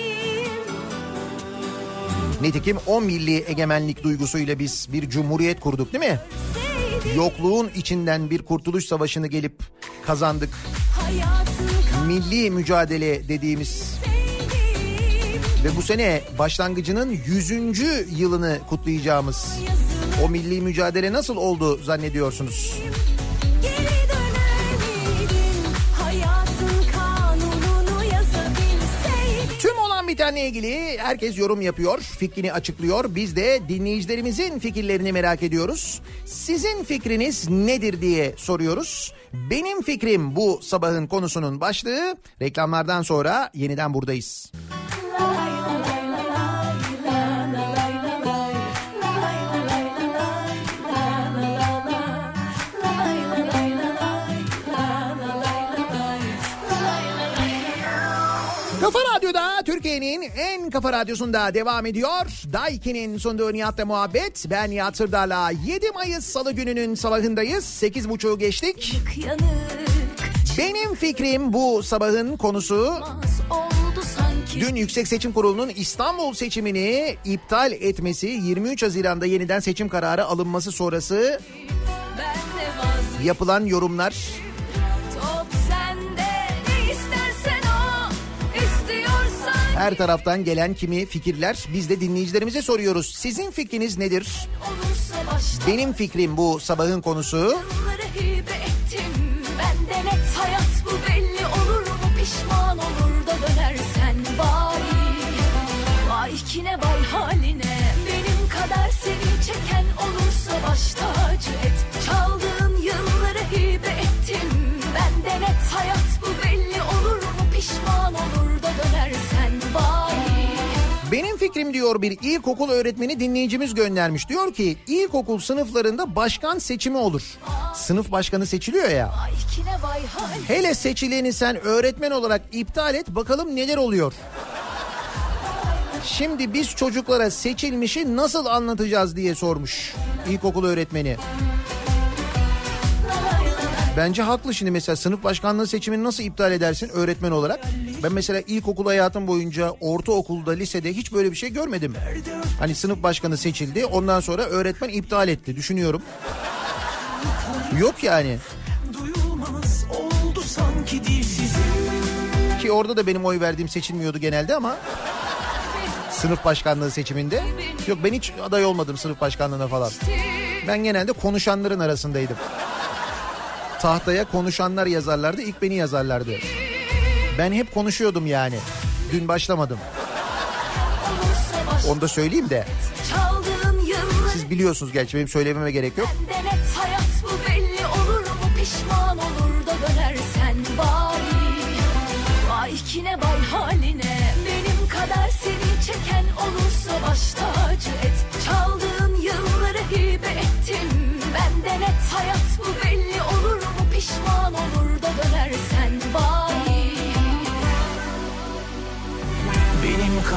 Nitekim o milli egemenlik duygusuyla biz bir cumhuriyet kurduk değil mi? Yokluğun içinden bir kurtuluş savaşını gelip kazandık. Hayatın Milli mücadele dediğimiz ve bu sene başlangıcının 100. yılını kutlayacağımız o milli mücadele nasıl oldu zannediyorsunuz? geri döner miydim? Hayatın kanununu yazabilseydim. Tüm olan bitenle ilgili herkes yorum yapıyor, fikrini açıklıyor. Biz de dinleyicilerimizin fikirlerini merak ediyoruz. Sizin fikriniz nedir diye soruyoruz. Benim fikrim bu sabahın konusunun başlığı. Reklamlardan sonra yeniden buradayız. Kafa Radyo'da, Türkiye'nin en kafa radyosunda devam ediyor. Daiki'nin sunduğu Nihat'la muhabbet. Ben Nihat Sırdar'la 7 Mayıs Salı gününün sabahındayız. 8.30'u geçtik. Yanık Benim fikrim bu sabahın konusu. oldu sanki. Dün Yüksek Seçim Kurulu'nun İstanbul seçimini iptal etmesi, 23 Haziran'da yeniden seçim kararı alınması sonrası Ben de vazgeçtim. yapılan yorumlar. Top sende, ne istersen o, istiyorsan Her taraftan gelen kimi fikirler, biz de dinleyicilerimize soruyoruz. Sizin fikriniz nedir? olursa başta. Benim fikrim bu sabahın konusu. Yılları hibe ettim. Bende net hayat bu belli olur mu? Pişman olur da dönersen vay. Vay kine vay haline. Benim kadar seni çeken olursa baş tacı et. Çaldığın yılları hibe ettim. Bende net hayat bu belli olur mu? Pişman olur da dönersen vay. Benim fikrim diyor bir ilkokul öğretmeni dinleyicimiz göndermiş. Diyor ki ilkokul sınıflarında başkan seçimi olur. Sınıf başkanı seçiliyor ya. Vay kine vay haline. Hele seçileni sen öğretmen olarak iptal et, bakalım neler oluyor. Şimdi biz çocuklara seçilmişi nasıl anlatacağız diye sormuş ilkokul öğretmeni. Bence haklı. Şimdi mesela sınıf başkanlığı seçimini nasıl iptal edersin öğretmen olarak? Ben mesela ilkokul hayatım boyunca, ortaokulda, lisede hiç böyle bir şey görmedim. Hani sınıf başkanı seçildi, ondan sonra öğretmen iptal etti, düşünüyorum. Yok yani. Duyulmaz oldu sanki dilsizim. Ki orada da benim oy verdiğim seçilmiyordu genelde ama sınıf başkanlığı seçiminde. Yok, ben hiç aday olmadım sınıf başkanlığına falan. Ben genelde konuşanların arasındaydım. Tahtaya konuşanlar yazarlardı, ilk beni yazarlardı. Ben hep konuşuyordum yani. Dün başlamadım. Onu da söyleyeyim de. Çaldığın yılları Siz biliyorsunuz gerçi, benim söylememe gerek yok. bende net hayat bu belli olur mu? Pişman olur da dönersen vay. Vay kine vay haline. Benim kadar seni çeken olursa baş tacı et. Çaldığın yılları hibe ettim. Bende net hayat bu belli olur mu? Pişman olur da dönersen vay. Benim kadar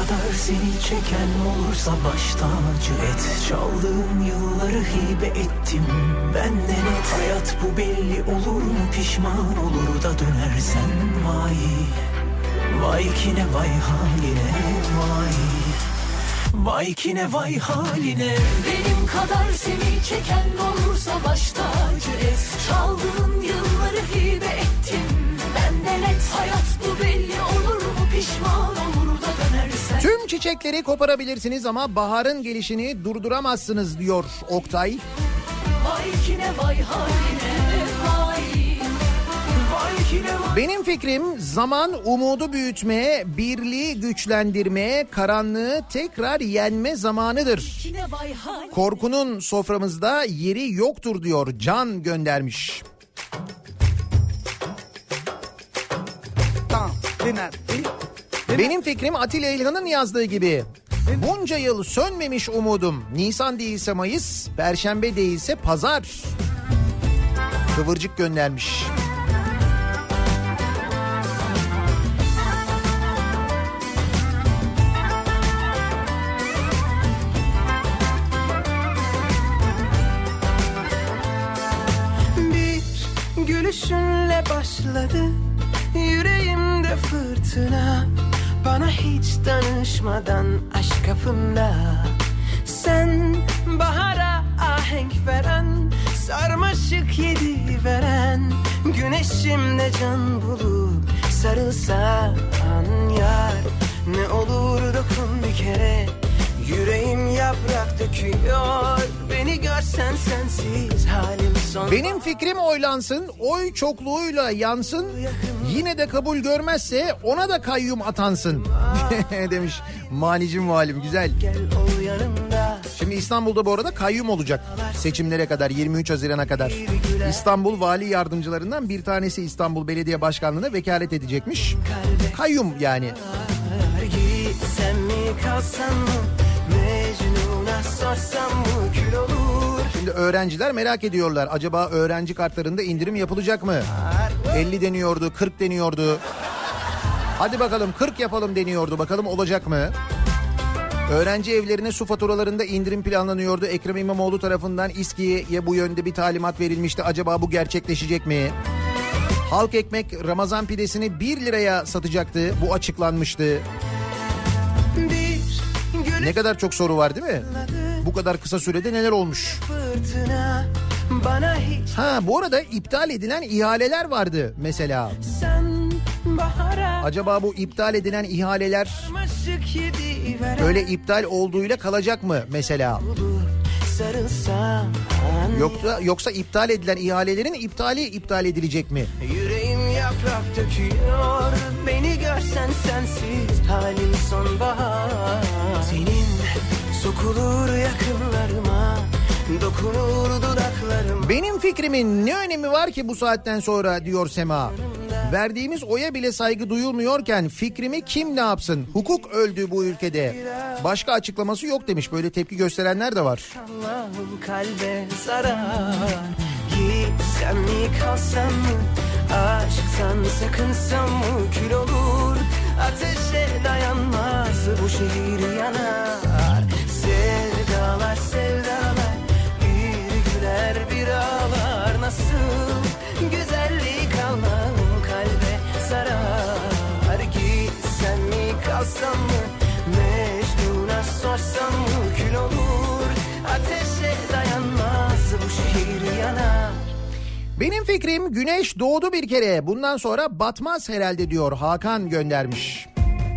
seni çeken olursa baş tacı et. Çaldığım yılları hibe ettim benden et. Hayat bu belli olur mu, pişman olur da dönersen vay. Vay ki ne vay haline vay. Vay ki ne vay haline. Benim kadar seni çeken olursa baş tacı et. Çaldığın yılları hibe ettim benden et. Hayat bu belli olur mu, pişman olur da dönersen. Tüm çiçekleri koparabilirsiniz ama baharın gelişini durduramazsınız diyor Oktay. Vay ki ne vay haline vay. Vay ki ne vay. Benim fikrim zaman umudu büyütme, birliği güçlendirme, karanlığı tekrar yenme zamanıdır. Ki ne vay haline. Korkunun soframızda yeri yoktur diyor Can göndermiş. Benim fikrim Atilla İlhan'ın yazdığı gibi. Bunca yıl sönmemiş umudum. Nisan değilse Mayıs, Perşembe değilse Pazar. Kıvırcık göndermiş. Bir gülüşünle başladı yüreğimde fırtına. Bana hiç danışmadan aşk kapımda. Sen bahara ahenk veren, sarmaşık yedi veren, güneşimde can bulup sarılsan yar. Ne olur dokun bir kere, yüreğim yaprak döküyor. Beni görsen sensiz halim son. Benim fikrim oylansın, oy çokluğuyla yansın. Yine de kabul görmezse ona da kayyum atansın. Demiş Manicim Valim, güzel. Gel ol yanımda. Şimdi İstanbul'da bu arada kayyum olacak seçimlere kadar, 23 Haziran'a kadar. İstanbul Vali Yardımcılarından bir tanesi İstanbul Belediye Başkanlığı'na vekalet edecekmiş. Kayyum yani. Gitsem mi kalsam mı, Mecnun'a sorsam mı kül olur. Şimdi öğrenciler merak ediyorlar. Acaba öğrenci kartlarında indirim yapılacak mı? 50 deniyordu, 40 deniyordu. Hadi bakalım 40 yapalım deniyordu. Bakalım olacak mı? Öğrenci evlerine su faturalarında indirim planlanıyordu. Ekrem İmamoğlu tarafından İSKİ'ye bu yönde bir talimat verilmişti. Acaba bu gerçekleşecek mi? Halk ekmek Ramazan pidesini 1 liraya satacaktı. Bu açıklanmıştı. Ne kadar çok soru var değil mi? Bu kadar kısa sürede neler olmuş? Fırtına, bana hiç Ha, bu arada iptal edilen ihaleler vardı mesela. sen bahara Acaba bu iptal edilen ihaleler sarmaşık yedi veren, öyle iptal olduğuyla kalacak mı mesela? sarılsan Yoksa iptal edilen ihalelerin iptal edilecek mi? yüreğim yaprak döküyor. Beni görsen sensiz halim sonbahar. Senin sokulur yakınlarıma, dokunur dudaklarıma. Benim fikrimin ne önemi var ki bu saatten sonra diyor Sema. Verdiğimiz oya bile saygı duyulmuyorken fikrimi kim ne yapsın? Hukuk öldü bu ülkede. Başka açıklaması yok demiş. Böyle tepki gösterenler de var. Allah'ım kalbe zarar. Gitsem mi kalsam mı, aşktan sakınsam mı kül olur. Ateşe dayanmaz bu şehir yanar. Sevdalar sevdalar, bir güler bir ağlar. Nasıl güzellik Allah'ım kalbe zarar. Gitsem mi kalsam mı, Mecnun'a sorsam mı kül olur. Ateşe dayanmaz bu şehir yanar. Benim fikrim güneş doğdu bir kere. Bundan sonra batmaz herhalde diyor Hakan göndermiş.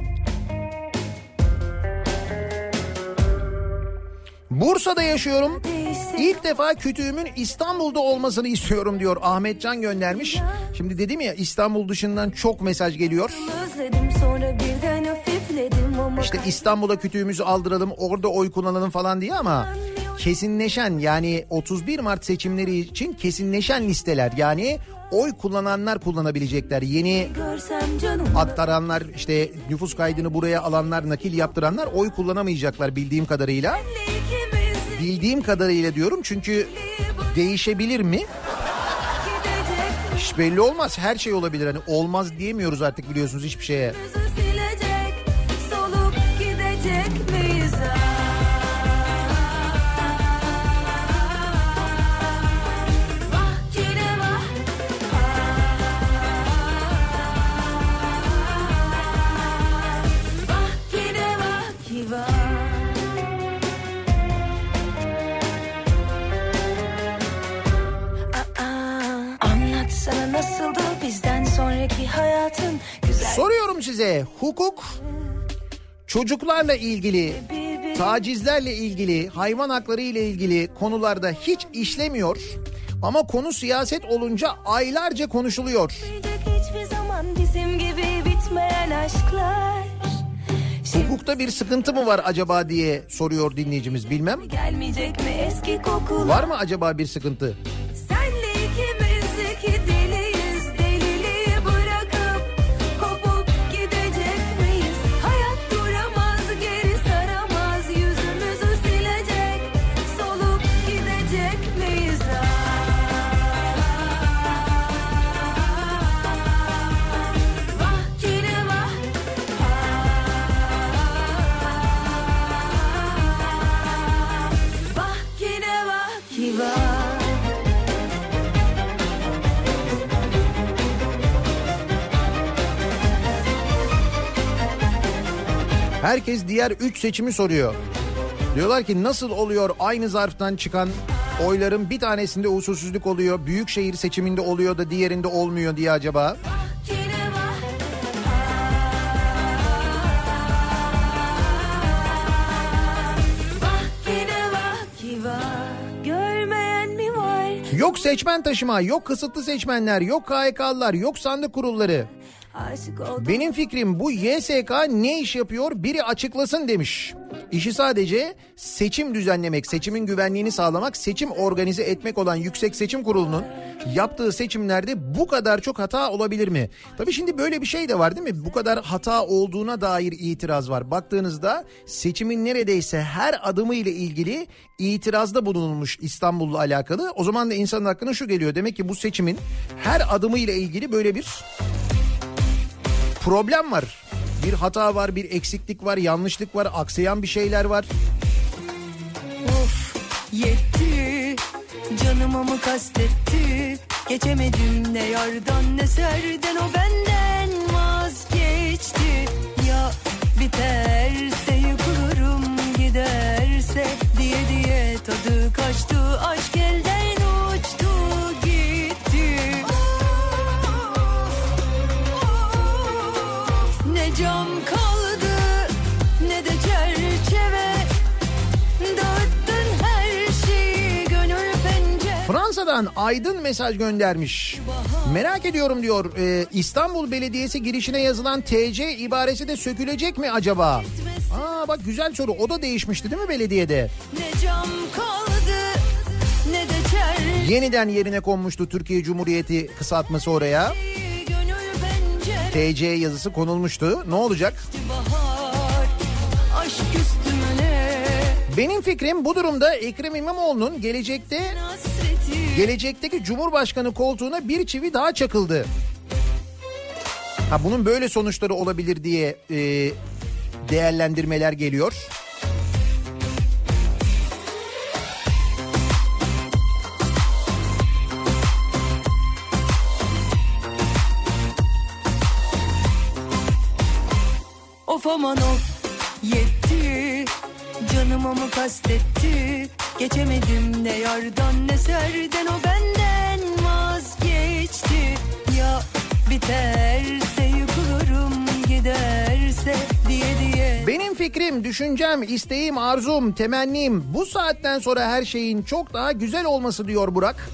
Bursa'da yaşıyorum. İlk defa kütüğümün İstanbul'da olmasını istiyorum diyor Ahmetcan göndermiş. Şimdi dedim ya, İstanbul dışından çok mesaj geliyor. Özledim sonra birden hafifledim ama İşte İstanbul'a kütüğümüzü aldıralım, orada oy kullanalım falan diye, ama kesinleşen, yani 31 Mart seçimleri için kesinleşen listeler, yani oy kullananlar kullanabilecekler. Yeni görsem canım aktaranlar, işte nüfus kaydını buraya alanlar, nakil yaptıranlar oy kullanamayacaklar bildiğim kadarıyla. Bildiğim kadarıyla diyorum, çünkü değişebilir mi? Hiç belli olmaz, her şey olabilir. Hani olmaz diyemiyoruz artık, biliyorsunuz, hiçbir şeye. silecek, solup gidecek Soruyorum size, hukuk çocuklarla ilgili, tacizlerle ilgili, hayvan hakları ile ilgili konularda hiç işlemiyor ama konu siyaset olunca aylarca konuşuluyor. Hiçbir zaman bizim gibi bitmeyen aşklar. Hukukta bir sıkıntı mı var acaba diye soruyor dinleyicimiz, bilmem. Gelmeyecek mi eski kokular? Var mı acaba bir sıkıntı? Senle ikimiz iki deliyiz, deliliği bırakıp kopup gidecek miyiz? Hayat duramaz, geri saramaz, yüzümüzü silecek, solup gidecek miyiz? Vah yine vah. Vah yine vah ki vah. Herkes diğer 3 seçimi soruyor. Diyorlar ki nasıl oluyor aynı zarftan çıkan oyların bir tanesinde usulsüzlük oluyor, büyükşehir seçiminde oluyor da diğerinde olmuyor diye acaba? Yine vah. Vah yine vah ki vah. Görmeyen mi var? Yok seçmen taşıma, yok kısıtlı seçmenler, yok KHK'lılar, yok sandık kurulları. Aşık oldum. Benim fikrim bu YSK ne iş yapıyor biri açıklasın demiş. İşi sadece seçim düzenlemek, seçimin güvenliğini sağlamak, seçim organize etmek olan Yüksek Seçim Kurulu'nun yaptığı seçimlerde bu kadar çok hata olabilir mi? Tabii şimdi böyle bir şey de var değil mi? Bu kadar hata olduğuna dair itiraz var. Baktığınızda seçimin neredeyse her adımı ile ilgili itirazda bulunulmuş İstanbul'la alakalı. O zaman da insanın aklına şu geliyor. Demek ki bu seçimin her adımı ile ilgili böyle bir problem var. Bir hata var, bir eksiklik var, yanlışlık var, aksayan bir şeyler var. Of yetti, canıma mı kastetti? Geçemedim ne yardan ne serden, o benden vazgeçti. Ya biterse yıkılırım, giderse diye diye tadı kaçtı. Aşk elden uçtu gitti. Ne cam kaldı ne de çerçeve, dağıttın her şeyi gönül pencere. Fransa'dan Aydın mesaj göndermiş. Merak ediyorum diyor, İstanbul Belediyesi girişine yazılan TC ibaresi de sökülecek mi acaba? Aa bak güzel soru, o da değişmişti değil mi belediyede? Ne cam kaldı ne de çerçeve, Yeniden yerine konmuştu Türkiye Cumhuriyeti kısaltması oraya. gönül pencere. TC yazısı konulmuştu. Ne olacak? Bahar, aşk üstüne Benim fikrim bu durumda Ekrem İmamoğlu'nun hasreti. gelecekteki Cumhurbaşkanı koltuğuna bir çivi daha çakıldı. Ha bunun böyle sonuçları olabilir diye değerlendirmeler geliyor. Of aman of yetti, canıma mı kastetti? Geçemedim ne yardan ne serden, o benden vazgeçti. Ya biterse yıkılırım, giderse diye diye. Benim fikrim, düşüncem, isteğim, arzum, temennim bu saatten sonra her şeyin çok daha güzel olması diyor Burak.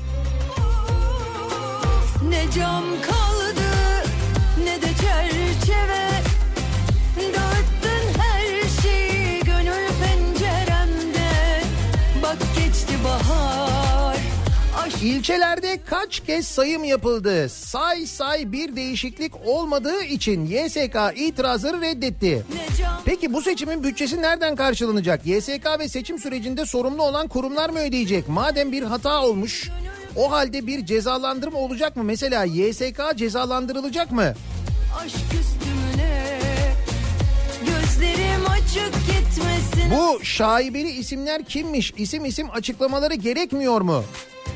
Ne cam kaldı ne de çerçeve, dağıttın her şeyi gönül penceremde. Bak geçti bahar, aşk İlçelerde kaç kez sayım yapıldı? Say bir değişiklik olmadığı için YSK itirazları reddetti. ne cam. Peki bu seçimin bütçesi nereden karşılanacak? YSK ve seçim sürecinde sorumlu olan kurumlar mı ödeyecek? Madem bir hata olmuş, o halde bir cezalandırma olacak mı? Mesela YSK cezalandırılacak mı? Aşk üstüne gözlerim açık gitmesin. Bu şaibeli isimler kimmiş? İsim açıklamaları gerekmiyor mu?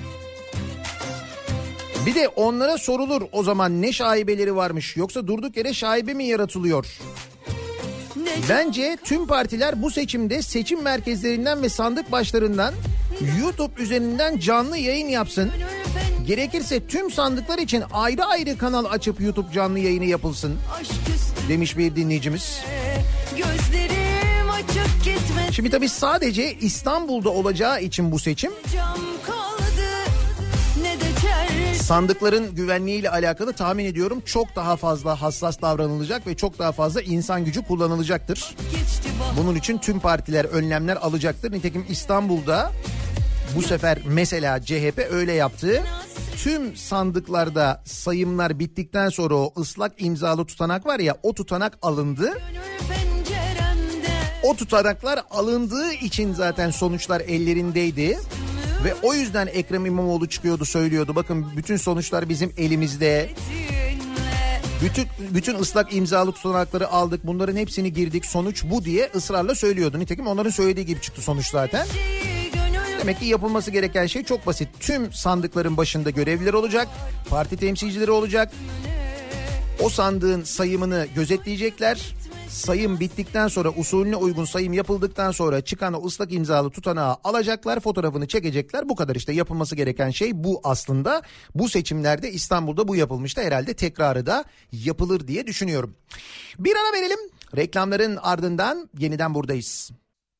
Bir de onlara sorulur o zaman ne şaibeleri varmış, yoksa durduk yere şaibe mi yaratılıyor? Bence tüm partiler bu seçimde seçim merkezlerinden ve sandık başlarından YouTube üzerinden canlı yayın yapsın. Gerekirse tüm sandıklar için ayrı ayrı kanal açıp YouTube canlı yayını yapılsın demiş bir dinleyicimiz. Gözlerim açık gitmez. Şimdi tabii sadece İstanbul'da olacağı için bu seçim, Cam kaldı ne de çer. sandıkların güvenliğiyle alakalı tahmin ediyorum çok daha fazla hassas davranılacak ve çok daha fazla insan gücü kullanılacaktır. Geçti bahar. Bunun için tüm partiler önlemler alacaktır. Nitekim İstanbul'da bu sefer mesela CHP öyle yaptı. Tüm sandıklarda sayımlar bittikten sonra o ıslak imzalı tutanak var ya, o tutanak alındı. Gönül penceremde. O tutanaklar alındığı için zaten sonuçlar ellerindeydi. Ve o yüzden Ekrem İmamoğlu çıkıyordu, söylüyordu. Bakın bütün sonuçlar bizim elimizde. Bütün ıslak imzalı tutanakları aldık. Bunların hepsini girdik. Sonuç bu diye ısrarla söylüyordu. Nitekim onların söylediği gibi çıktı sonuç zaten. Demek ki yapılması gereken şey çok basit. Tüm sandıkların başında görevliler olacak. Parti temsilcileri olacak. O sandığın sayımını gözetleyecekler. Sayım bittikten sonra, usulüne uygun sayım yapıldıktan sonra çıkan o ıslak imzalı tutanağı alacaklar, fotoğrafını çekecekler. Bu kadar işte, yapılması gereken şey bu aslında. Bu seçimlerde İstanbul'da bu yapılmıştı. Herhalde tekrarı da yapılır diye düşünüyorum. Bir ara verelim. Reklamların ardından yeniden buradayız.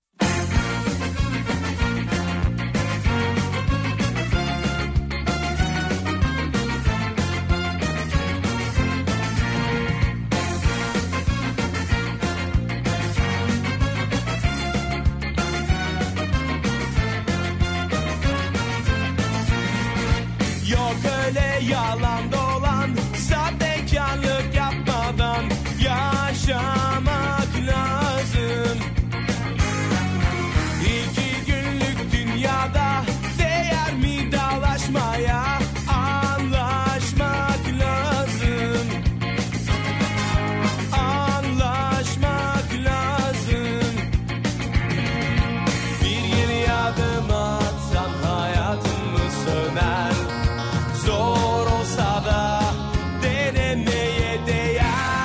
Yok öyle yalan dolan, sahtekarlık yapmadan yaşamak lazım. İki günlük dünyada değer mi dalaşmaya, anlaşmak lazım. Anlaşmak lazım. Bir geri adım atsan hayatın mı söner? Zor olsa da denemeye değer.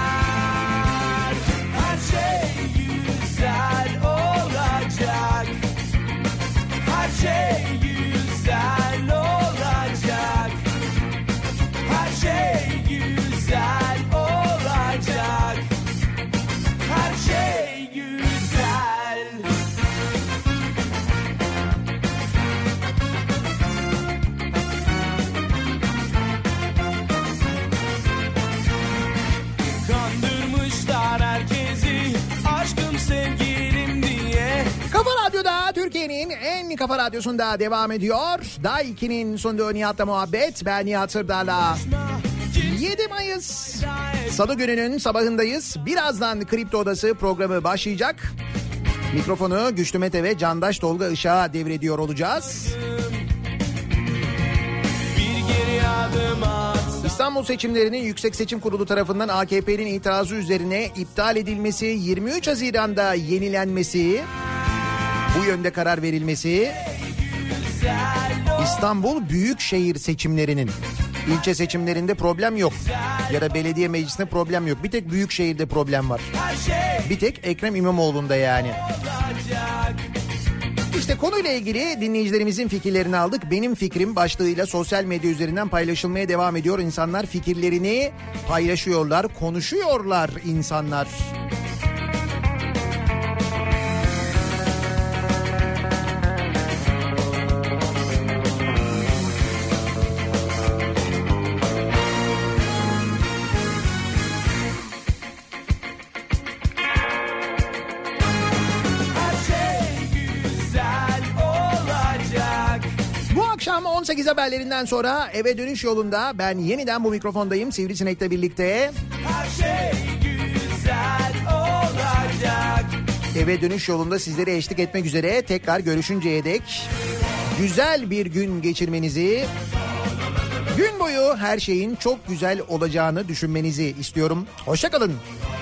Her şey güzel olacak. Her şey güzel olacak. Her şey güzel olacak. Her şey güzel. Kandırmışlar herkesi aşkım sevgilim diye. Kafa Radyo'da, Türkiye'nin en kafa radyosunda devam ediyor. Day 2'nin sunduğu Nihat'la muhabbet. Ben Nihat Sırdar'la. 7 Mayıs Salı gününün sabahındayız. Birazdan Kripto Odası programı başlayacak. Mikrofonu Güçlü Mete ve Candaş Tolga Işık'a devrediyor olacağız. Bir geri adım at. İstanbul seçimlerinin Yüksek Seçim Kurulu tarafından AKP'nin itirazı üzerine iptal edilmesi, 23 Haziran'da yenilenmesi, bu yönde karar verilmesi, İstanbul Büyükşehir seçimlerinin, ilçe seçimlerinde problem yok ya da belediye meclisinde problem yok. Bir tek Büyükşehir'de problem var. Bir tek Ekrem İmamoğlu'nda yani. İşte konuyla ilgili dinleyicilerimizin fikirlerini aldık. Benim fikrim başlığıyla sosyal medya üzerinden paylaşılmaya devam ediyor. İnsanlar fikirlerini paylaşıyorlar, konuşuyorlar insanlar. Akşam 18 haberlerinden sonra eve dönüş yolunda ben yeniden bu mikrofondayım Sivrisinek'le birlikte. Her şey güzel olacak. Eve dönüş yolunda sizlere eşlik etmek üzere tekrar görüşünceye dek güzel bir gün geçirmenizi, gün boyu her şeyin çok güzel olacağını düşünmenizi istiyorum. Hoşça kalın.